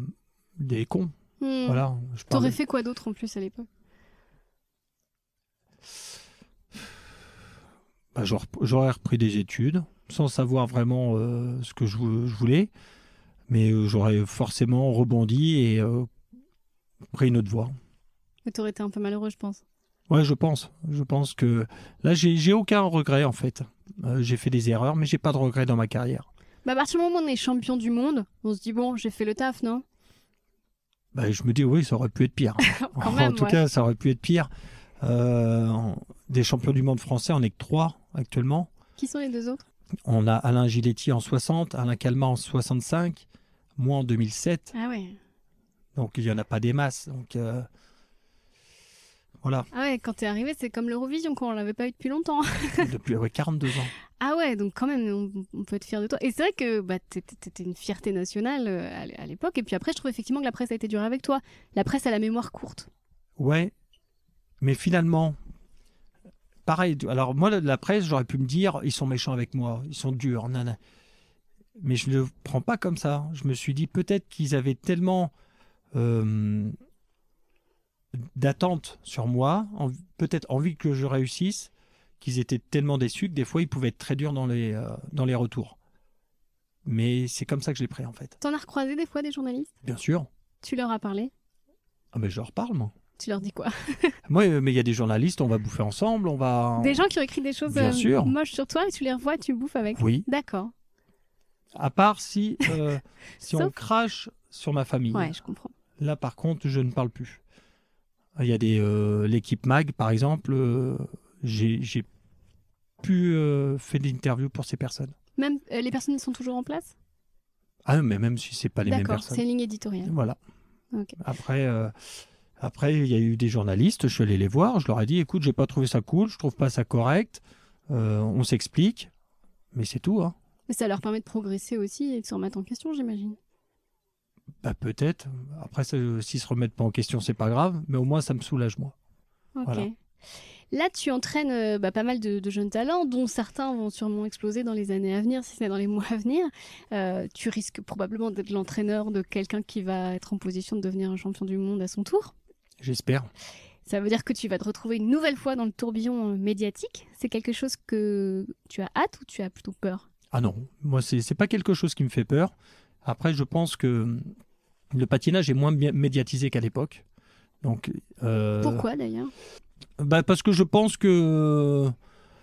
des cons. Voilà. T'aurais fait quoi d'autre en plus à l'époque? J'aurais repris des études sans savoir vraiment ce que je voulais, mais j'aurais forcément rebondi et pris une autre voie. Mais tu aurais été un peu malheureux, je pense. Ouais, je pense. Je pense que là, j'ai aucun regret en fait. J'ai fait des erreurs, mais j'ai pas de regrets dans ma carrière. À partir du moment où on est champion du monde, on se dit bon, j'ai fait le taf, non? Je me dis oui, ça aurait pu être pire. Quand même, En tout cas, ça aurait pu être pire. Des champions du monde français, on n'est que 3 actuellement. Qui sont les 2 autres? On a Alain Giletti en 60, Alain Calmat en 65, moi en 2007. Ah ouais. Donc il n'y en a pas des masses. Donc voilà. Ah ouais, quand t'es arrivé, c'est comme l'Eurovision, quoi. On l'avait pas eu depuis longtemps. Depuis 42 ans. Ah ouais, donc quand même, on peut être fier de toi. Et c'est vrai que t'étais une fierté nationale à l'époque. Et puis après, je trouve effectivement que la presse a été dure avec toi. La presse a la mémoire courte. Ouais, mais finalement, pareil. Alors moi, la presse, j'aurais pu me dire, ils sont méchants avec moi, ils sont durs, nana. Mais je ne le prends pas comme ça. Je me suis dit, peut-être qu'ils avaient tellement d'attentes sur moi, peut-être envie que je réussisse, qu'ils étaient tellement déçus que des fois, ils pouvaient être très durs dans les retours. Mais c'est comme ça que je l'ai pris, en fait. T'en as recroisé des fois des journalistes? Bien sûr. Tu leur as parlé? Ah mais je leur parle, moi. Tu leur dis quoi? Moi, mais il y a des journalistes, on va bouffer ensemble, on va... Des gens qui ont écrit des choses Bien sûr. moches sur toi et tu les revois, tu bouffes avec? Oui. D'accord. À part si on Sauf- crache sur ma famille. Ouais, je comprends. Là, par contre, je ne parle plus. Il y a l'équipe MAG, par exemple, j'ai pu faire des interviews pour ces personnes. Même les personnes sont toujours en place? Ah, mais même si c'est pas les mêmes D'accord, personnes. c'est une ligne éditoriale. Voilà. Ok. Après, il y a eu des journalistes, je suis allé les voir, je leur ai dit, écoute, j'ai pas trouvé ça cool, je trouve pas ça correct, on s'explique, mais c'est tout, hein. Mais ça leur permet de progresser aussi et de se remettre en question, j'imagine. Peut-être. Après, s'ils se remettent pas en question, c'est pas grave, mais au moins ça me soulage, moi. Ok. Voilà. Là, tu entraînes pas mal de jeunes talents, dont certains vont sûrement exploser dans les années à venir, si ce n'est dans les mois à venir. Tu risques probablement d'être l'entraîneur de quelqu'un qui va être en position de devenir un champion du monde à son tour. J'espère. Ça veut dire que tu vas te retrouver une nouvelle fois dans le tourbillon médiatique. C'est quelque chose que tu as hâte ou tu as plutôt peur? Ah non, moi, c'est pas quelque chose qui me fait peur. Après, je pense que le patinage est moins médiatisé qu'à l'époque. Donc, Pourquoi d'ailleurs? Parce que je pense que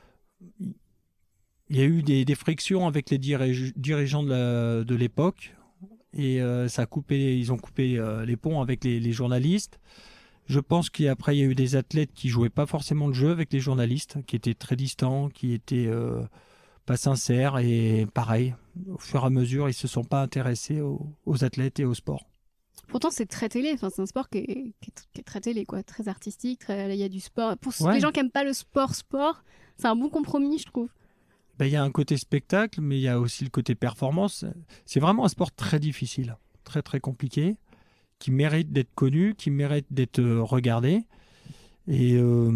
il y a eu des frictions avec les dirigeants de l'époque et ils ont coupé les ponts avec les journalistes. Je pense qu'après il y a eu des athlètes qui jouaient pas forcément le jeu avec les journalistes, qui étaient très distants, qui étaient pas sincères et pareil, au fur et à mesure, ils se sont pas intéressés aux athlètes et au sport. Pourtant, c'est très télé. Enfin, c'est un sport qui est très télé, quoi. Très artistique. Il y a du sport. Pour Ouais. les gens qui n'aiment pas le sport, c'est un bon compromis, je trouve. Il y a un côté spectacle, mais il y a aussi le côté performance. C'est vraiment un sport très difficile, très très compliqué, qui mérite d'être connu, qui mérite d'être regardé. Et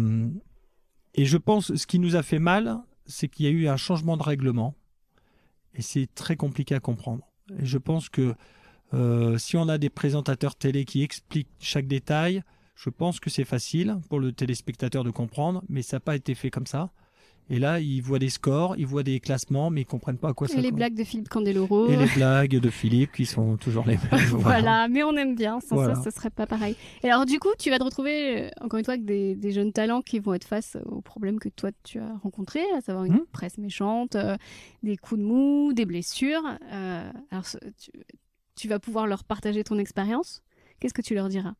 je pense, ce qui nous a fait mal, c'est qu'il y a eu un changement de règlement. Et c'est très compliqué à comprendre. Et je pense que si on a des présentateurs télé qui expliquent chaque détail, je pense que c'est facile pour le téléspectateur de comprendre, mais ça n'a pas été fait comme ça. Et là, ils voient des scores, ils voient des classements, mais ils ne comprennent pas à quoi ça Et les correspond. blagues de Philippe Candeloro. Et les blagues de Philippe qui sont toujours les mêmes. Voilà, mais on aime bien. Sans Voilà. ça, ce serait pas pareil. Et alors, du coup, tu vas te retrouver, encore une fois, avec des jeunes talents qui vont être face aux problèmes que toi, tu as rencontrés, à savoir une presse méchante, des coups de mou, des blessures. Alors, tu vas pouvoir leur partager ton expérience. Qu'est-ce que tu leur diras?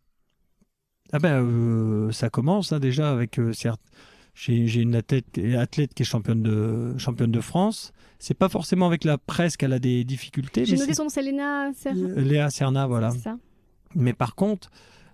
Ça commence déjà avec certes. J'ai une athlète qui est championne de France. C'est pas forcément avec la presse qu'elle a des difficultés. J'ai noté son nom, c'est Léa Serna. Léa Serna, voilà. C'est ça. Mais par contre,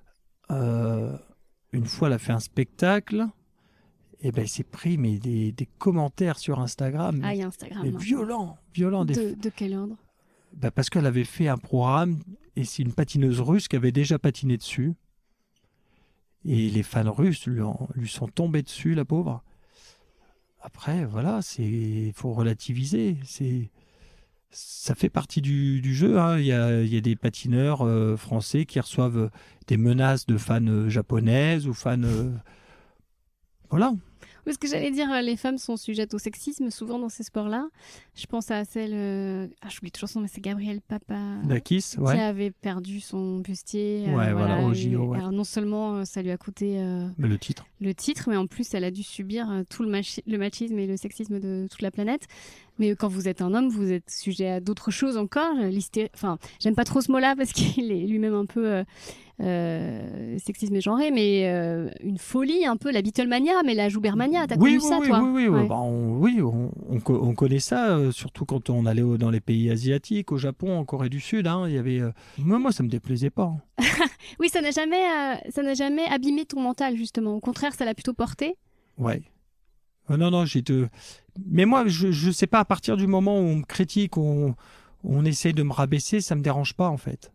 une fois elle a fait un spectacle, et ben s'est pris des commentaires sur Instagram. Ah, il y a Instagram. Mais violents. De quel ordre? Parce qu'elle avait fait un programme et c'est une patineuse russe qui avait déjà patiné dessus. Et les fans russes lui sont tombés dessus, la pauvre. Après, voilà, il faut relativiser. Ça fait partie du jeu. Hein. Il y a des patineurs français qui reçoivent des menaces de fans japonaises ou fans. Voilà. Oui, ce que j'allais dire, les femmes sont sujettes au sexisme souvent dans ces sports-là. Je pense à celle, j'oublie toujours son nom, mais c'est Gabrielle Dakis, qui ouais. avait perdu son bustier. Ouais, voilà, au JO, ouais. Alors non seulement ça lui a coûté Mais le titre. mais en plus elle a dû subir tout le machisme et le sexisme de toute la planète. Mais quand vous êtes un homme, vous êtes sujet à d'autres choses encore. Enfin, j'aime pas trop ce mot-là parce qu'il est lui-même un peu sexisme et genré, mais une folie un peu, la Beatlemania, mais la Joubermania. T'as connu ça, toi? Oui, Ouais. bah, on connaît ça, surtout quand on allait dans les pays asiatiques, au Japon, en Corée du Sud. Hein, il y avait, moi, ça me déplaisait pas. Hein. Oui, ça n'a jamais abîmé ton mental, justement. Au contraire, ça l'a plutôt porté. Ouais. Non, mais moi, je sais pas, à partir du moment où on me critique, on essaie de me rabaisser, ça me dérange pas, en fait.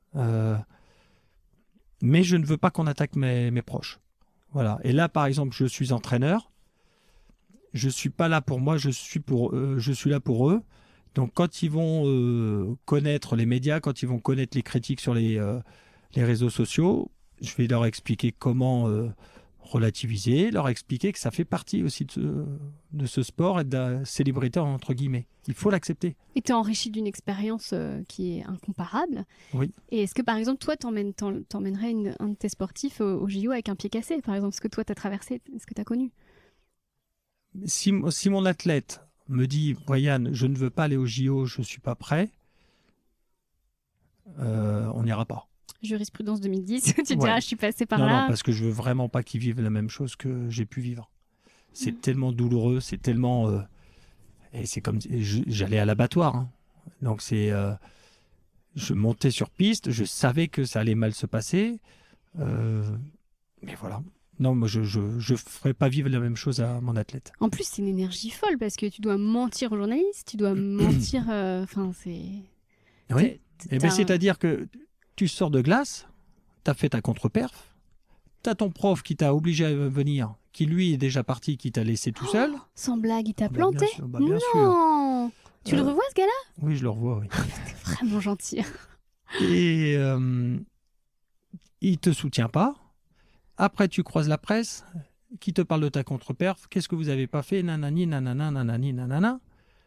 Mais je ne veux pas qu'on attaque mes proches. Voilà. Et là, par exemple, je suis entraîneur. Je suis pas là pour moi, je suis là pour eux. Donc, quand ils vont connaître les médias, quand ils vont connaître les critiques sur les réseaux sociaux, je vais leur expliquer comment relativiser, leur expliquer que ça fait partie aussi de ce sport et de la célébrité, entre guillemets. Il faut l'accepter. Et tu es enrichi d'une expérience qui est incomparable. Oui. Et est-ce que, par exemple, toi, t'emmènerais un de tes sportifs au JO avec un pied cassé, par exemple, ce que toi, t'as traversé, ce que t'as connu? Si mon athlète me dit « Brian, je ne veux pas aller au JO, je ne suis pas prêt », on n'ira pas. Jurisprudence 2010, tu diras, je suis passé par là. là. Non, parce que je veux vraiment pas qu'ils vivent la même chose que j'ai pu vivre. C'est tellement douloureux, c'est tellement... et c'est comme... J'allais à l'abattoir. Hein. Donc je montais sur piste, je savais que ça allait mal se passer. Mais voilà. Non, moi, je ferais pas vivre la même chose à mon athlète. En plus, c'est une énergie folle parce que tu dois mentir aux journalistes, tu dois mentir... Enfin, c'est... Oui, c'est-à-dire que tu sors de glace, tu as fait ta contre-perf, tu as ton prof qui t'a obligé à venir, qui lui est déjà parti, qui t'a laissé tout seul. Sans blague, il t'a planté? Bien sûr. Non. Tu le revois, ce gars-là? Oui, je le revois, oui. T'es vraiment gentil. Et il te soutient pas. Après, tu croises la presse qui te parle de ta contre-perf. Qu'est-ce que vous avez pas fait? Nanani, nanana, nanani, nanana.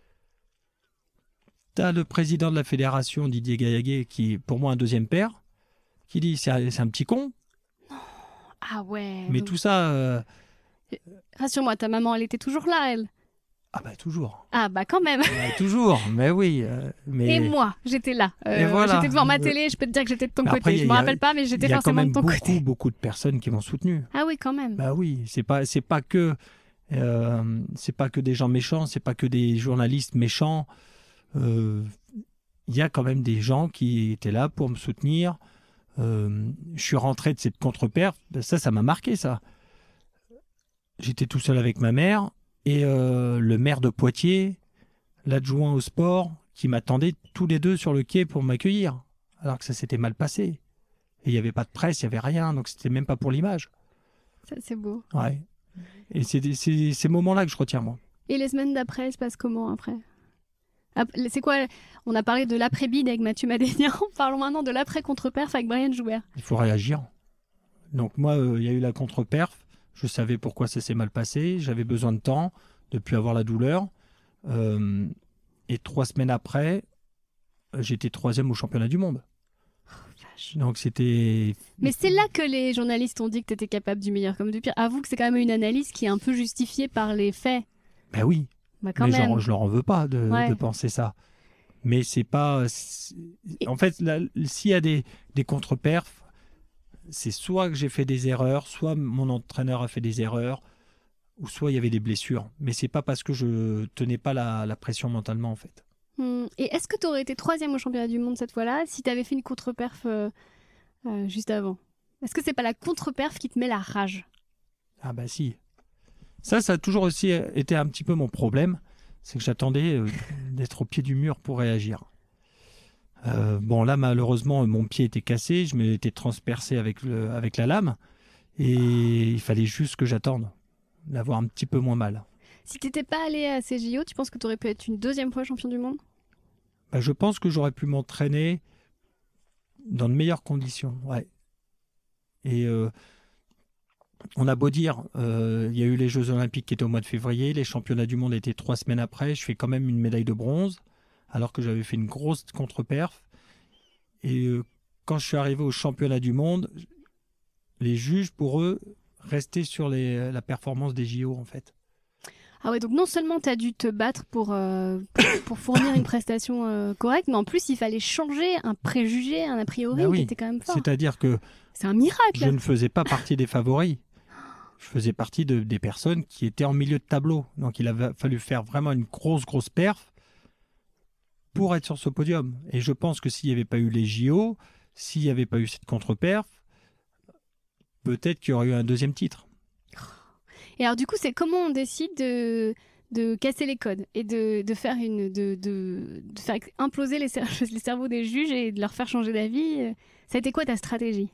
T'as le président de la fédération, Didier Gaillaguet, qui est pour moi un deuxième père, qui dit c'est un petit con. Ah ouais. Mais tout ça... Rassure-moi, ta maman, elle était toujours là, elle? Ah bah toujours. Ah bah quand même. Toujours, mais oui. Et moi, j'étais là. Voilà. J'étais devant ma télé, je peux te dire que j'étais de ton côté. Après, je me rappelle pas, mais j'étais forcément de ton côté. Il y a quand même beaucoup de personnes qui m'ont soutenu. Ah oui, quand même. Bah oui, c'est pas que des gens méchants, c'est pas que des journalistes méchants. Il y a quand même des gens qui étaient là pour me soutenir. Je suis rentré de cette contre-perf, ça m'a marqué, ça. J'étais tout seul avec ma mère et le maire de Poitiers, l'adjoint au sport, qui m'attendaient tous les deux sur le quai pour m'accueillir, alors que ça s'était mal passé. Et il n'y avait pas de presse, il n'y avait rien, donc c'était même pas pour l'image. Ça, c'est beau. Ouais. Et c'est ces moments-là que je retiens, moi. Et les semaines d'après, elles se passent comment après? C'est quoi? On a parlé de l'après-bide avec Mathieu Madénian. Parlons maintenant de l'après-contre-perf avec Brian Joubert. Il faut réagir. Donc moi, il y a eu la contre-perf. Je savais pourquoi ça s'est mal passé. J'avais besoin de temps, de ne plus avoir la douleur. Et 3 semaines après, j'étais 3e au championnat du monde. Donc c'était... Mais c'est là que les journalistes ont dit que tu étais capable du meilleur comme du pire. Avoue que c'est quand même une analyse qui est un peu justifiée par les faits. Ben oui. Bah quand mais même. Je leur en veux pas de penser ça. Mais c'est pas... En fait, s'il y a des contre-perfs, c'est soit que j'ai fait des erreurs, soit mon entraîneur a fait des erreurs, ou soit il y avait des blessures. Mais c'est pas parce que je tenais pas la pression mentalement, en fait. Et est-ce que tu aurais été 3e au championnat du monde cette fois-là si tu avais fait une contre-perf juste avant? Est-ce que c'est pas la contre-perf qui te met la rage? Ah bah si. Ça a toujours aussi été un petit peu mon problème. C'est que j'attendais d'être au pied du mur pour réagir. Bon, là, malheureusement, mon pied était cassé. Je m'étais transpercé avec la lame. Et il fallait juste que j'attende d'avoir un petit peu moins mal. Si tu n'étais pas allé à ces JO, tu penses que tu aurais pu être une 2e fois champion du monde? Bah, je pense que j'aurais pu m'entraîner dans de meilleures conditions. Ouais. Et on a beau dire, il y a eu les Jeux Olympiques qui étaient au mois de février, les championnats du monde étaient 3 semaines après, je fais quand même une médaille de bronze, alors que j'avais fait une grosse contre-perf. Et quand je suis arrivé au championnat du monde, les juges, pour eux, restaient sur la performance des JO, en fait. Ah ouais, donc non seulement tu as dû te battre pour fournir une prestation correcte, mais en plus, il fallait changer un préjugé, un a priori qui était quand même fort. C'est-à-dire que c'est un miracle. Je ne faisais pas partie des favoris. Je faisais partie des personnes qui étaient en milieu de tableau. Donc, il a fallu faire vraiment une grosse perf pour être sur ce podium. Et je pense que s'il n'y avait pas eu les JO, s'il n'y avait pas eu cette contre-perf, peut-être qu'il y aurait eu un deuxième titre. Et alors, du coup, c'est comment on décide de casser les codes et de faire faire imploser les cerveaux des juges et de leur faire changer d'avis. Ça a été quoi ta stratégie?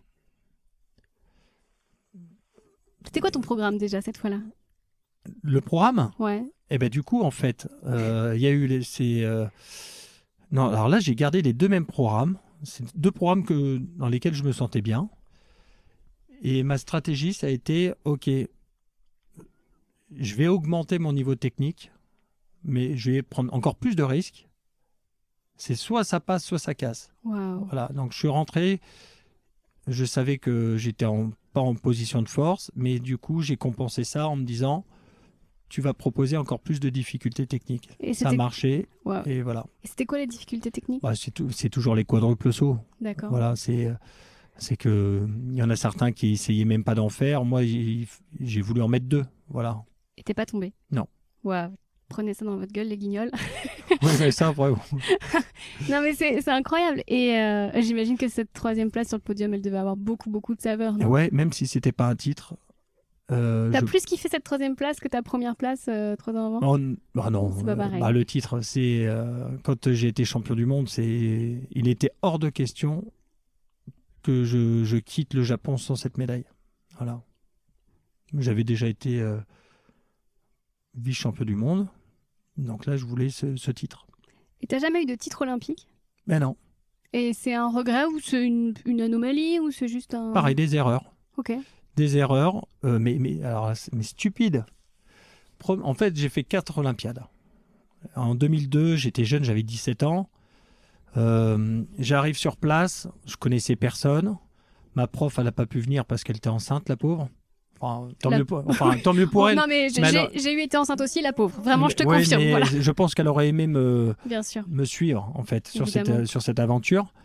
C'était quoi ton programme déjà cette fois-là? Le programme? Ouais. Eh ben du coup, en fait, il y a eu non, alors là, j'ai gardé les 2 mêmes programmes. C'est 2 programmes dans lesquels je me sentais bien. Et ma stratégie, ça a été, OK, je vais augmenter mon niveau technique, mais je vais prendre encore plus de risques. C'est soit ça passe, soit ça casse. Wow. Voilà, donc je suis rentré, je savais que j'étais pas en position de force, mais du coup, j'ai compensé ça en me disant, tu vas proposer encore plus de difficultés techniques. Et ça a marché, wow. Et voilà. Et c'était quoi les difficultés techniques? C'est toujours les quadruples sauts. D'accord. Voilà, c'est que il y en a certains qui essayaient même pas d'en faire. Moi, j'ai voulu en mettre 2. Voilà. Et t'es pas tombé? Non. Waouh. Prenez ça dans votre gueule, les guignols. Oui, mais ça, vraiment. Non, mais c'est incroyable. Et j'imagine que cette 3e place sur le podium, elle devait avoir beaucoup de saveur. Non? Ouais, même si c'était pas un titre. T'as plus kiffé cette 3e place que ta première place 3 ans avant? Non, c'est pas pareil. Le titre, c'est quand j'ai été champion du monde, il était hors de question que je quitte le Japon sans cette médaille. Voilà. J'avais déjà été vice-champion du monde, donc là, je voulais ce titre. Et t'as jamais eu de titre olympique? Ben non. Et c'est un regret ou c'est une anomalie ou c'est juste un... Pareil, des erreurs. Ok. Des erreurs, mais stupides. En fait, j'ai fait 4 Olympiades. En 2002, j'étais jeune, j'avais 17 ans. J'arrive sur place, je connaissais personne. Ma prof, elle n'a pas pu venir parce qu'elle était enceinte, la pauvre. Tant mieux pour elle. Non, mais j'ai eu été enceinte aussi, la pauvre. Vraiment, je te confirme. Voilà. Je pense qu'elle aurait aimé me suivre, en fait, sur cette aventure.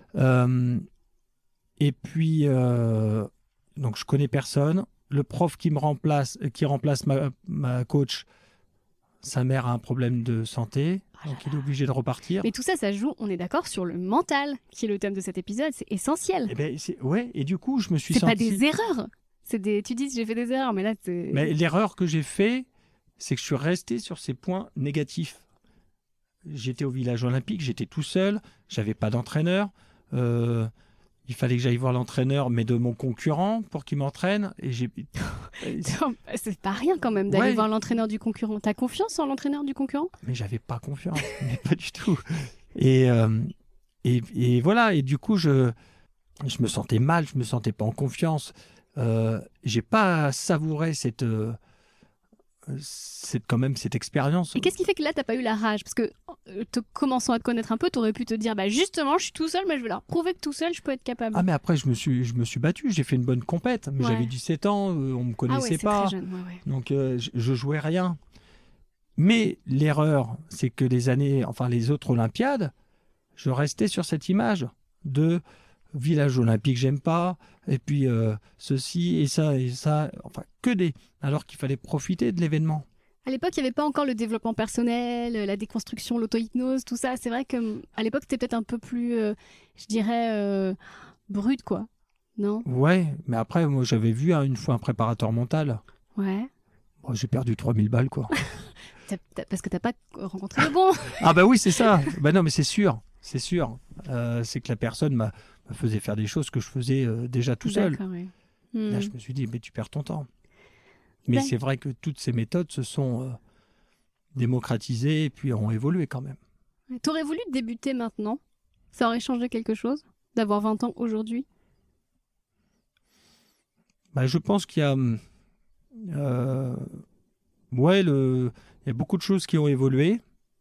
Et puis, donc, je connais personne. Le prof qui remplace ma coach, sa mère a un problème de santé, donc il est obligé de repartir. Mais tout ça, ça joue, on est d'accord, sur le mental, qui est le thème de cet épisode. C'est essentiel. Et du coup, je me suis senti... C'est pas des erreurs. Tu dis j'ai fait des erreurs, mais là, Mais l'erreur que j'ai fait, c'est que je suis resté sur ces points négatifs. J'étais au village olympique, j'étais tout seul, j'avais pas d'entraîneur. Il fallait que j'aille voir l'entraîneur, mais de mon concurrent, pour qu'il m'entraîne. Et c'est pas rien quand même d'aller voir l'entraîneur du concurrent. T'as confiance en l'entraîneur du concurrent? Mais j'avais pas confiance, mais pas du tout. Et voilà, et du coup, je me sentais mal, je me sentais pas en confiance. J'ai pas savouré cette expérience. Et qu'est-ce qui fait que là, t'as pas eu la rage? Parce que, commençant à te connaître un peu, t'aurais pu te dire, justement, je suis tout seul, mais je vais leur prouver que tout seul, je peux être capable. Ah, mais après, je me suis battu, j'ai fait une bonne compète, mais j'avais 17 ans, on me connaissait pas. Très jeune. Donc, je jouais rien. Mais l'erreur, c'est que les autres Olympiades, je restais sur cette image de village olympique, j'aime pas, et puis ceci et ça, enfin alors qu'il fallait profiter de l'événement. À l'époque, il n'y avait pas encore le développement personnel, la déconstruction, l'auto-hypnose, tout ça. C'est vrai qu'à l'époque, c'était peut-être un peu plus, je dirais, brut, quoi. Non? Ouais, mais après, moi, j'avais vu une fois un préparateur mental. Ouais. Bon, j'ai perdu 3000 balles, quoi. Parce que t'as pas rencontré le bon. Ah bah oui, c'est ça. Non, mais c'est sûr. C'est sûr. C'est que la personne me faisait faire des choses que je faisais déjà tout seul. Oui. Là, je me suis dit, mais tu perds ton temps. Mais c'est vrai que toutes ces méthodes se sont démocratisées et puis ont évolué quand même. T'aurais voulu débuter maintenant? Ça aurait changé quelque chose d'avoir 20 ans aujourd'hui? Je pense qu'il y a... il y a beaucoup de choses qui ont évolué.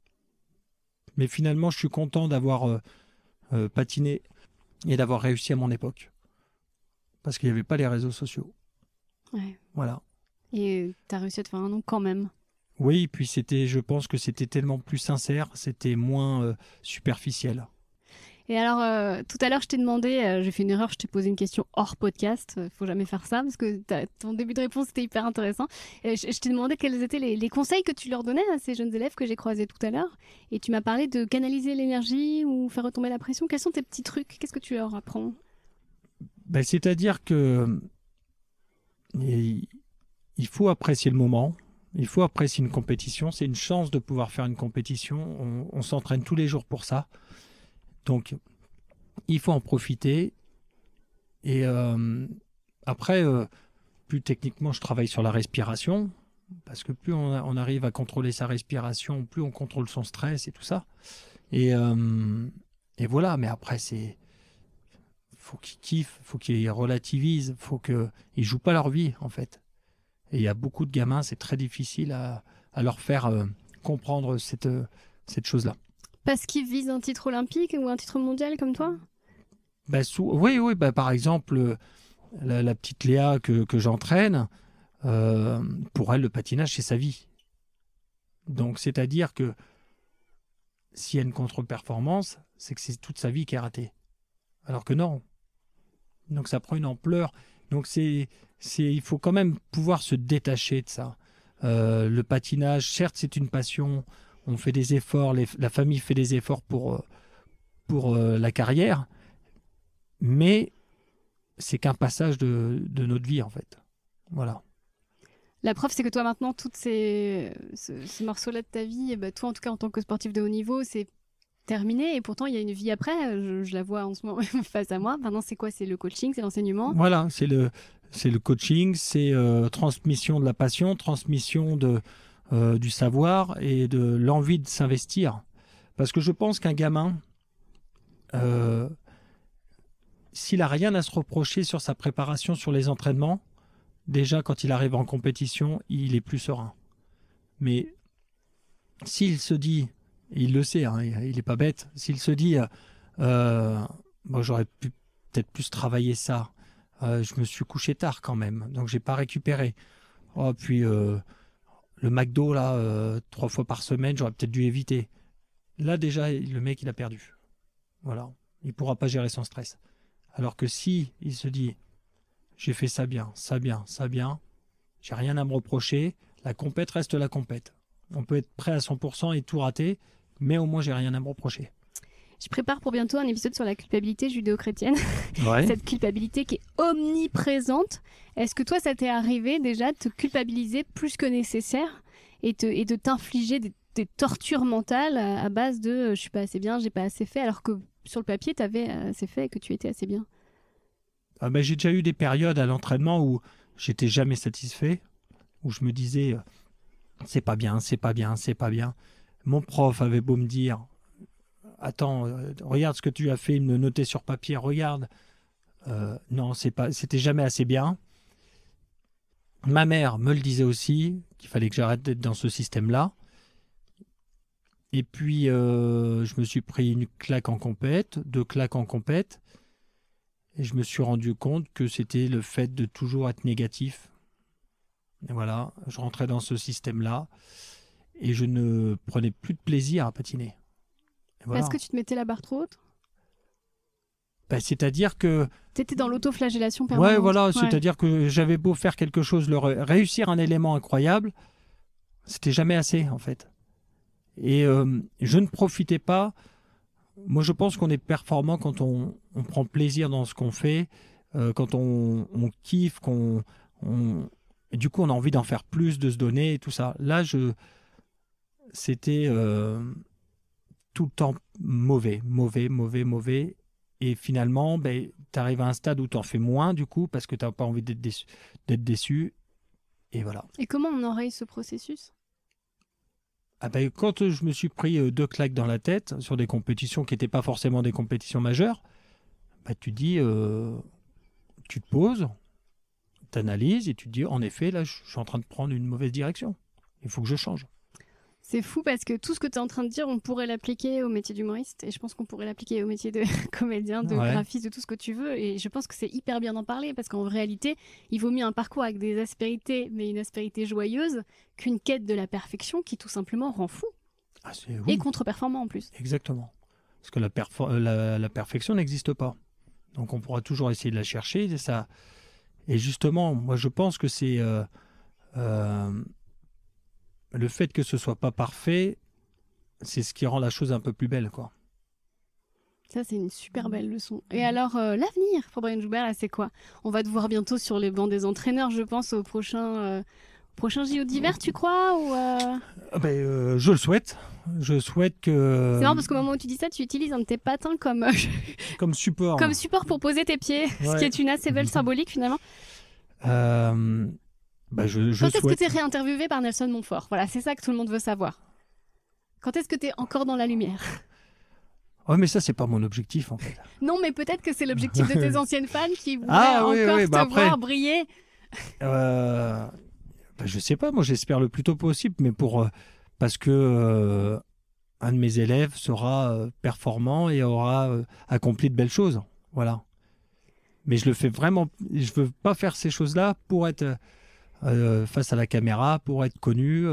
Mais finalement, je suis content d'avoir patiné et d'avoir réussi à mon époque. Parce qu'il n'y avait pas les réseaux sociaux. Ouais. Voilà. Et tu as réussi à te faire un nom quand même. Oui, puis je pense que c'était tellement plus sincère, c'était moins superficiel. Et alors, tout à l'heure, je t'ai demandé, j'ai fait une erreur, je t'ai posé une question hors podcast. Faut jamais faire ça parce que ton début de réponse était hyper intéressant. Et je t'ai demandé quels étaient les conseils que tu leur donnais à ces jeunes élèves que j'ai croisés tout à l'heure. Et tu m'as parlé de canaliser l'énergie ou faire retomber la pression. Quels sont tes petits trucs? Qu'est-ce que tu leur apprends? C'est-à-dire que il faut apprécier le moment. Il faut apprécier une compétition. C'est une chance de pouvoir faire une compétition. On s'entraîne tous les jours pour ça. Donc, il faut en profiter. Et après, plus techniquement, je travaille sur la respiration. Parce que plus on arrive à contrôler sa respiration, plus on contrôle son stress et tout ça. Et voilà. Mais après, faut qu'ils kiffent, faut qu'ils relativisent, faut qu'ils ne jouent pas leur vie, en fait. Et il y a beaucoup de gamins, c'est très difficile à leur faire comprendre cette chose-là. Parce qu'ils visent un titre olympique ou un titre mondial comme toi? Oui, par exemple, la petite Léa que j'entraîne, pour elle, le patinage, c'est sa vie. Donc, c'est-à-dire que s'il y a une contre-performance, c'est que c'est toute sa vie qui est ratée. Alors que non. Donc, ça prend une ampleur. Donc, il faut quand même pouvoir se détacher de ça. Le patinage, certes, c'est une passion. On fait des efforts, la famille fait des efforts pour la carrière, mais c'est qu'un passage de notre vie, en fait. Voilà. La preuve, c'est que toi, maintenant, tous ces morceaux-là de ta vie, toi, en tout cas, en tant que sportif de haut niveau, c'est terminé. Et pourtant, il y a une vie après. Je la vois en ce moment face à moi. Maintenant, c'est quoi? C'est le coaching, c'est l'enseignement? Voilà, c'est le coaching, c'est transmission de la passion, transmission du savoir et de l'envie de s'investir. Parce que je pense qu'un gamin, s'il n'a rien à se reprocher sur sa préparation, sur les entraînements, déjà quand il arrive en compétition, il est plus serein. Mais s'il se dit, et il le sait, hein, il n'est pas bête, s'il se dit j'aurais pu peut-être plus travailler ça, je me suis couché tard quand même, donc j'ai pas récupéré. Puis le McDo là, 3 fois par semaine, j'aurais peut-être dû éviter. Là déjà, le mec il a perdu. Voilà, il pourra pas gérer son stress. Alors que si il se dit j'ai fait ça bien, j'ai rien à me reprocher, la compète reste la compète. On peut être prêt à 100% et tout rater, mais au moins j'ai rien à me reprocher. Je prépare pour bientôt un épisode sur la culpabilité judéo-chrétienne. Ouais. Cette culpabilité qui est omniprésente. Est-ce que toi, ça t'est arrivé déjà de te culpabiliser plus que nécessaire et de t'infliger des tortures mentales à base de je suis pas assez bien, j'ai pas assez fait, alors que sur le papier, tu avais assez fait et que tu étais assez bien? J'ai déjà eu des périodes à l'entraînement où j'étais jamais satisfait, où je me disais c'est pas bien. Mon prof avait beau me dire attends, regarde ce que tu as fait, il me notait sur papier, regarde. Non, c'était jamais assez bien. Ma mère me le disait aussi, qu'il fallait que j'arrête d'être dans ce système-là. Et puis, je me suis pris une claque en compète, 2 claques en compète, et je me suis rendu compte que c'était le fait de toujours être négatif. Et voilà, je rentrais dans ce système-là, et je ne prenais plus de plaisir à patiner. Voilà. Parce que tu te mettais la barre trop haute? C'est-à-dire que... Tu étais dans l'autoflagellation permanente. Ouais, voilà, c'est-à-dire que j'avais beau faire quelque chose, réussir un élément incroyable, c'était jamais assez, en fait. Et je ne profitais pas. Moi, je pense qu'on est performant quand on prend plaisir dans ce qu'on fait, quand on kiffe, et du coup, on a envie d'en faire plus, de se donner et tout ça. Là, c'était tout le temps mauvais. Et finalement, tu arrives à un stade où tu en fais moins, du coup, parce que tu n'as pas envie d'être déçu. Et voilà. Et comment on enraye ce processus? Quand je me suis pris 2 claques dans la tête sur des compétitions qui n'étaient pas forcément des compétitions majeures, tu dis, tu te poses, t'analyses et tu te dis, en effet, là, je suis en train de prendre une mauvaise direction. Il faut que je change. C'est fou parce que tout ce que tu es en train de dire, on pourrait l'appliquer au métier d'humoriste et je pense qu'on pourrait l'appliquer au métier de comédien, de graphiste, de tout ce que tu veux. Et je pense que c'est hyper bien d'en parler parce qu'en réalité, il vaut mieux un parcours avec des aspérités, mais une aspérité joyeuse, qu'une quête de la perfection qui tout simplement rend fou. Et contre-performant en plus. Exactement. Parce que la perfection n'existe pas. Donc on pourra toujours essayer de la chercher. Et justement, moi je pense que c'est le fait que ce soit pas parfait, c'est ce qui rend la chose un peu plus belle, quoi. Ça, c'est une super belle leçon. Et alors, l'avenir pour Brian Joubert, là, c'est quoi? On va te voir bientôt sur les bancs des entraîneurs, je pense, au prochain JO d'hiver, tu crois ou Je le souhaite. Je souhaite que... C'est marrant parce qu'au moment où tu dis ça, tu utilises un de tes patins comme support. Comme support pour poser tes pieds, ce qui est une assez belle symbolique finalement. Je Quand est-ce que tu es réinterviewé par Nelson Montfort? Voilà, c'est ça que tout le monde veut savoir. Quand est-ce que tu es encore dans la lumière? Oh, mais ça, c'est pas mon objectif, en fait. Non, mais peut-être que c'est l'objectif de tes anciennes fans qui voudraient voir briller. Je sais pas, moi, j'espère le plus tôt possible, mais parce que un de mes élèves sera performant et aura accompli de belles choses. Voilà. Mais je le fais vraiment... Je veux pas faire ces choses-là pour être face à la caméra, pour être connu.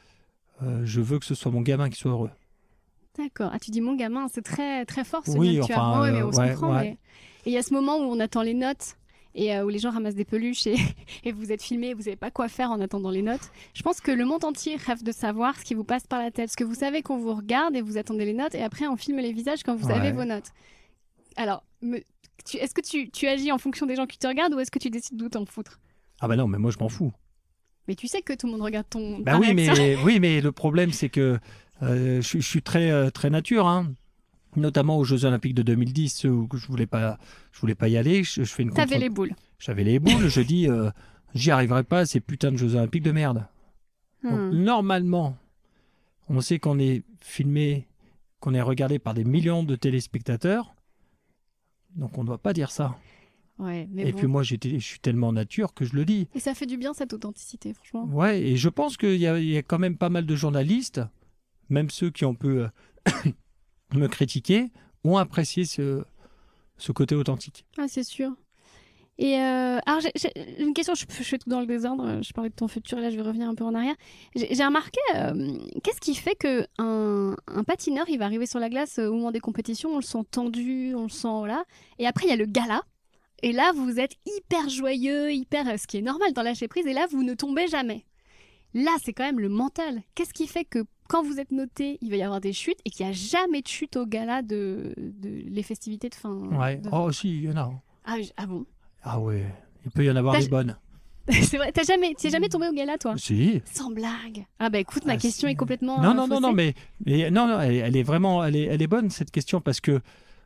Je veux que ce soit mon gamin qui soit heureux. D'accord. Ah, tu dis mon gamin, c'est très, très fort ce oui, lien que tu as. Ouais, mais on se comprend. Ouais. Et il y a ce moment où on attend les notes et où les gens ramassent des peluches et vous êtes filmés, vous savez pas quoi faire en attendant les notes. Je pense que le monde entier rêve de savoir ce qui vous passe par la tête. Parce que vous savez qu'on vous regarde et vous attendez les notes et après on filme les visages quand vous avez vos notes. Alors, est-ce que tu agis en fonction des gens qui te regardent ou est-ce que tu décides d'où t'en foutre? Ah bah non, mais moi je m'en fous. Mais tu sais que tout le monde regarde ton... oui, mais le problème c'est que je suis très, très nature, hein. Notamment aux Jeux Olympiques de 2010 où je voulais pas y aller. Je fais une T'avais les boules. J'avais les boules. Je dis, j'y arriverai pas à ces putains de Jeux Olympiques de merde. Donc, normalement, on sait qu'on est filmé, qu'on est regardé par des millions de téléspectateurs. Donc on ne doit pas dire ça. Ouais, mais et puis moi, je suis tellement nature que je le dis. Et ça fait du bien cette authenticité, franchement. Ouais, et je pense qu'il y a quand même pas mal de journalistes, même ceux qui ont pu me critiquer, ont apprécié ce côté authentique. Ah, c'est sûr. Et alors, j'ai une question, je fais tout dans le désordre, je parlais de ton futur, et là je vais revenir un peu en arrière. J'ai remarqué, qu'est-ce qui fait qu'un patineur, il va arriver sur la glace au moment des compétitions, on le sent tendu, on le sent, voilà. Et après, il y a le gala. Et là, vous êtes hyper joyeux, ce qui est normal dans lâcher prise, et là, vous ne tombez jamais. Là, c'est quand même le mental. Qu'est-ce qui fait que quand vous êtes noté, il va y avoir des chutes et qu'il n'y a jamais de chute au gala de les festivités de fin? Ouais. Oh, si, il y en a. Ah bon? Ah ouais, il peut y en avoir des bonnes. C'est vrai, t'es jamais tombé au gala, toi? Si. Sans blague. Ah bah écoute, ma question est complètement Non, mais elle est vraiment, elle est bonne cette question parce que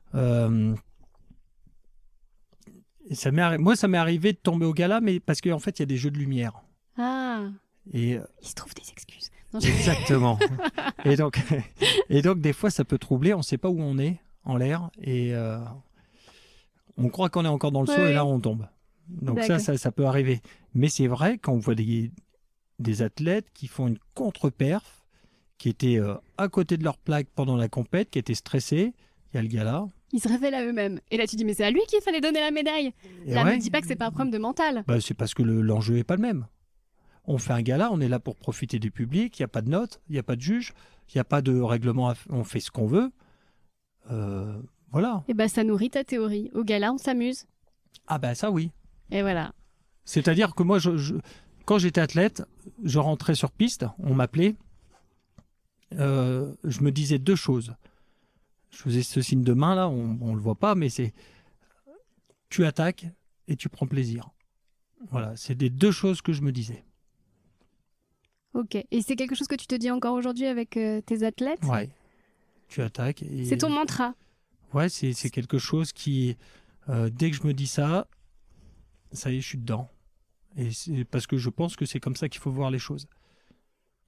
ça m'est arrivé de tomber au gala, mais parce qu'en fait, il y a des jeux de lumière. Ah. Et il se trouve des excuses. Exactement. et donc, des fois, ça peut troubler. On ne sait pas où on est en l'air et on croit qu'on est encore dans le saut et là, on tombe. Donc ça peut arriver. Mais c'est vrai quand on voit des athlètes qui font une contre-perf, qui étaient à côté de leur plaque pendant la compète, qui étaient stressés. Il y a le gala. Ils se révèlent à eux-mêmes. Et là, tu dis, mais c'est à lui qu'il fallait donner la médaille. Et là, ne me dis pas que c'est pas un problème de mental. Bah, c'est parce que l'enjeu n'est pas le même. On fait un gala, on est là pour profiter du public, il n'y a pas de notes, il n'y a pas de juge, il n'y a pas de règlement, on fait ce qu'on veut. Voilà. Et ça nourrit ta théorie. Au gala, on s'amuse. Ah ça oui. Et voilà. C'est-à-dire que moi, quand j'étais athlète, je rentrais sur piste, on m'appelait, je me disais deux choses. Je faisais ce signe de main là, on ne le voit pas, mais c'est tu attaques et tu prends plaisir. Voilà, c'est des deux choses que je me disais. Ok, et c'est quelque chose que tu te dis encore aujourd'hui avec tes athlètes? Ouais, tu attaques. C'est ton mantra? Ouais, c'est quelque chose qui, dès que je me dis ça y est, je suis dedans. Et c'est parce que je pense que c'est comme ça qu'il faut voir les choses.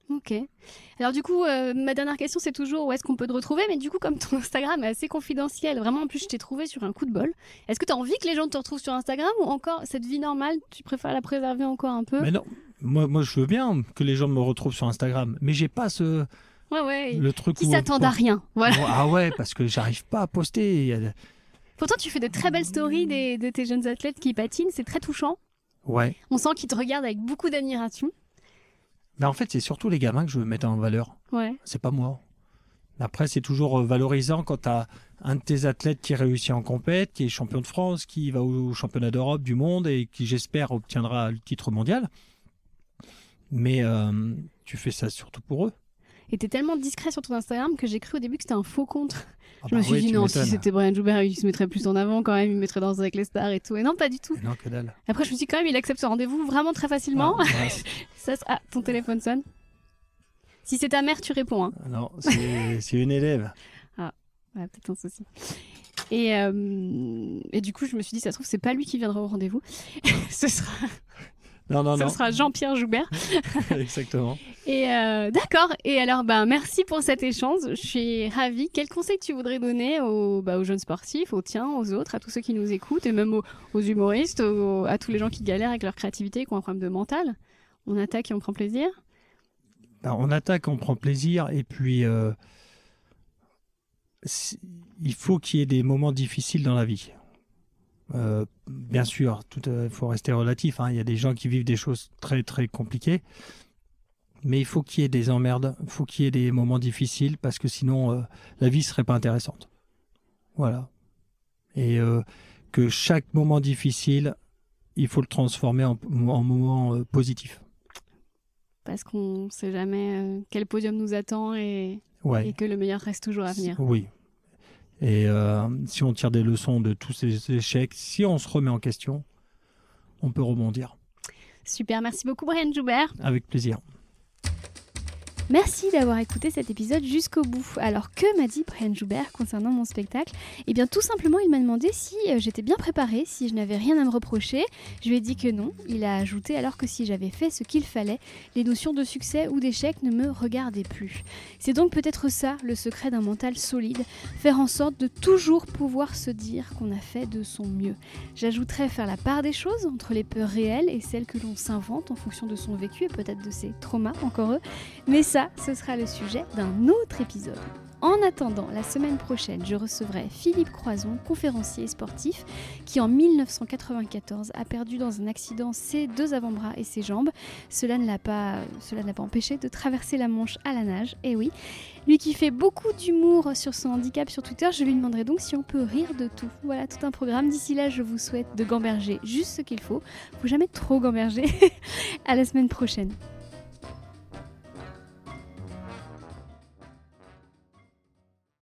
Ok. Alors du coup, ma dernière question, c'est toujours où est-ce qu'on peut te retrouver? Mais du coup, comme ton Instagram est assez confidentiel, vraiment, en plus, je t'ai trouvé sur un coup de bol. Est-ce que tu as envie que les gens te retrouvent sur Instagram ou encore cette vie normale, tu préfères la préserver encore un peu? Mais non, moi je veux bien que les gens me retrouvent sur Instagram, mais j'ai pas Ouais, le truc qui où... s'attendent à rien. Voilà. Ah ouais, parce que j'arrive pas à poster. Pourtant, tu fais de très belles stories de tes jeunes athlètes qui patinent, c'est très touchant. Ouais. On sent qu'ils te regardent avec beaucoup d'admiration. Mais en fait, c'est surtout les gamins que je veux mettre en valeur. Ouais. C'est pas moi. Après, c'est toujours valorisant quand tu as un de tes athlètes qui réussit en compète, qui est champion de France, qui va au championnat d'Europe, du monde et qui, j'espère, obtiendra le titre mondial. Mais tu fais ça surtout pour eux. Et t'es tellement discret sur ton Instagram que j'ai cru au début que c'était un faux compte. Ah Je me bah suis ouais, dit tu non, m'étonnes. si c'était Brian Joubert, il se mettrait plus en avant quand même, il mettrait Danser avec les stars et tout. Et non, pas du tout. Mais non, que dalle. Après, je me suis dit quand même, il accepte ce rendez-vous vraiment très facilement. Ah, ouais. Ah, ton téléphone sonne. Si c'est ta mère, tu réponds. Hein. Non, c'est une élève. Ouais, peut-être un souci. Et du coup, je me suis dit, ça se trouve, c'est pas lui qui viendra au rendez-vous. Ce sera Jean-Pierre Joubert. Exactement. Et d'accord. Et alors, merci pour cet échange. Je suis ravie. Quel conseil tu voudrais donner aux jeunes sportifs, aux tiens, aux autres, à tous ceux qui nous écoutent, et même aux humoristes, à tous les gens qui galèrent avec leur créativité, qui ont un problème de mental? On attaque et on prend plaisir? On attaque, on prend plaisir, et puis il faut qu'il y ait des moments difficiles dans la vie. Bien sûr, il faut rester relatif. Il y a des gens qui vivent des choses très très compliquées, mais il faut qu'il y ait des emmerdes, il faut qu'il y ait des moments difficiles, parce que sinon la vie serait pas intéressante. Voilà. Et que chaque moment difficile, il faut le transformer en moment positif. Parce qu'on ne sait jamais quel podium nous attend et que le meilleur reste toujours à venir. Oui. Et si on tire des leçons de tous ces échecs, si on se remet en question, on peut rebondir. Super, merci beaucoup Brian Joubert. Avec plaisir. Merci d'avoir écouté cet épisode jusqu'au bout. Alors, que m'a dit Brian Joubert concernant mon spectacle? Eh bien, tout simplement, il m'a demandé si j'étais bien préparée, si je n'avais rien à me reprocher. Je lui ai dit que non. Il a ajouté alors que si j'avais fait ce qu'il fallait, les notions de succès ou d'échec ne me regardaient plus. C'est donc peut-être ça, le secret d'un mental solide, faire en sorte de toujours pouvoir se dire qu'on a fait de son mieux. J'ajouterais faire la part des choses entre les peurs réelles et celles que l'on s'invente en fonction de son vécu et peut-être de ses traumas, encore eux. Mais ça, ce sera le sujet d'un autre épisode. En attendant, la semaine prochaine, je recevrai Philippe Croison, conférencier et sportif, qui en 1994 a perdu dans un accident ses 2 avant-bras et ses jambes. Cela ne l'a pas empêché de traverser la Manche à la nage, et oui. Lui qui fait beaucoup d'humour sur son handicap sur Twitter, je lui demanderai donc si on peut rire de tout. Voilà, tout un programme. D'ici là, je vous souhaite de gamberger juste ce qu'il faut. Faut jamais trop gamberger. À la semaine prochaine.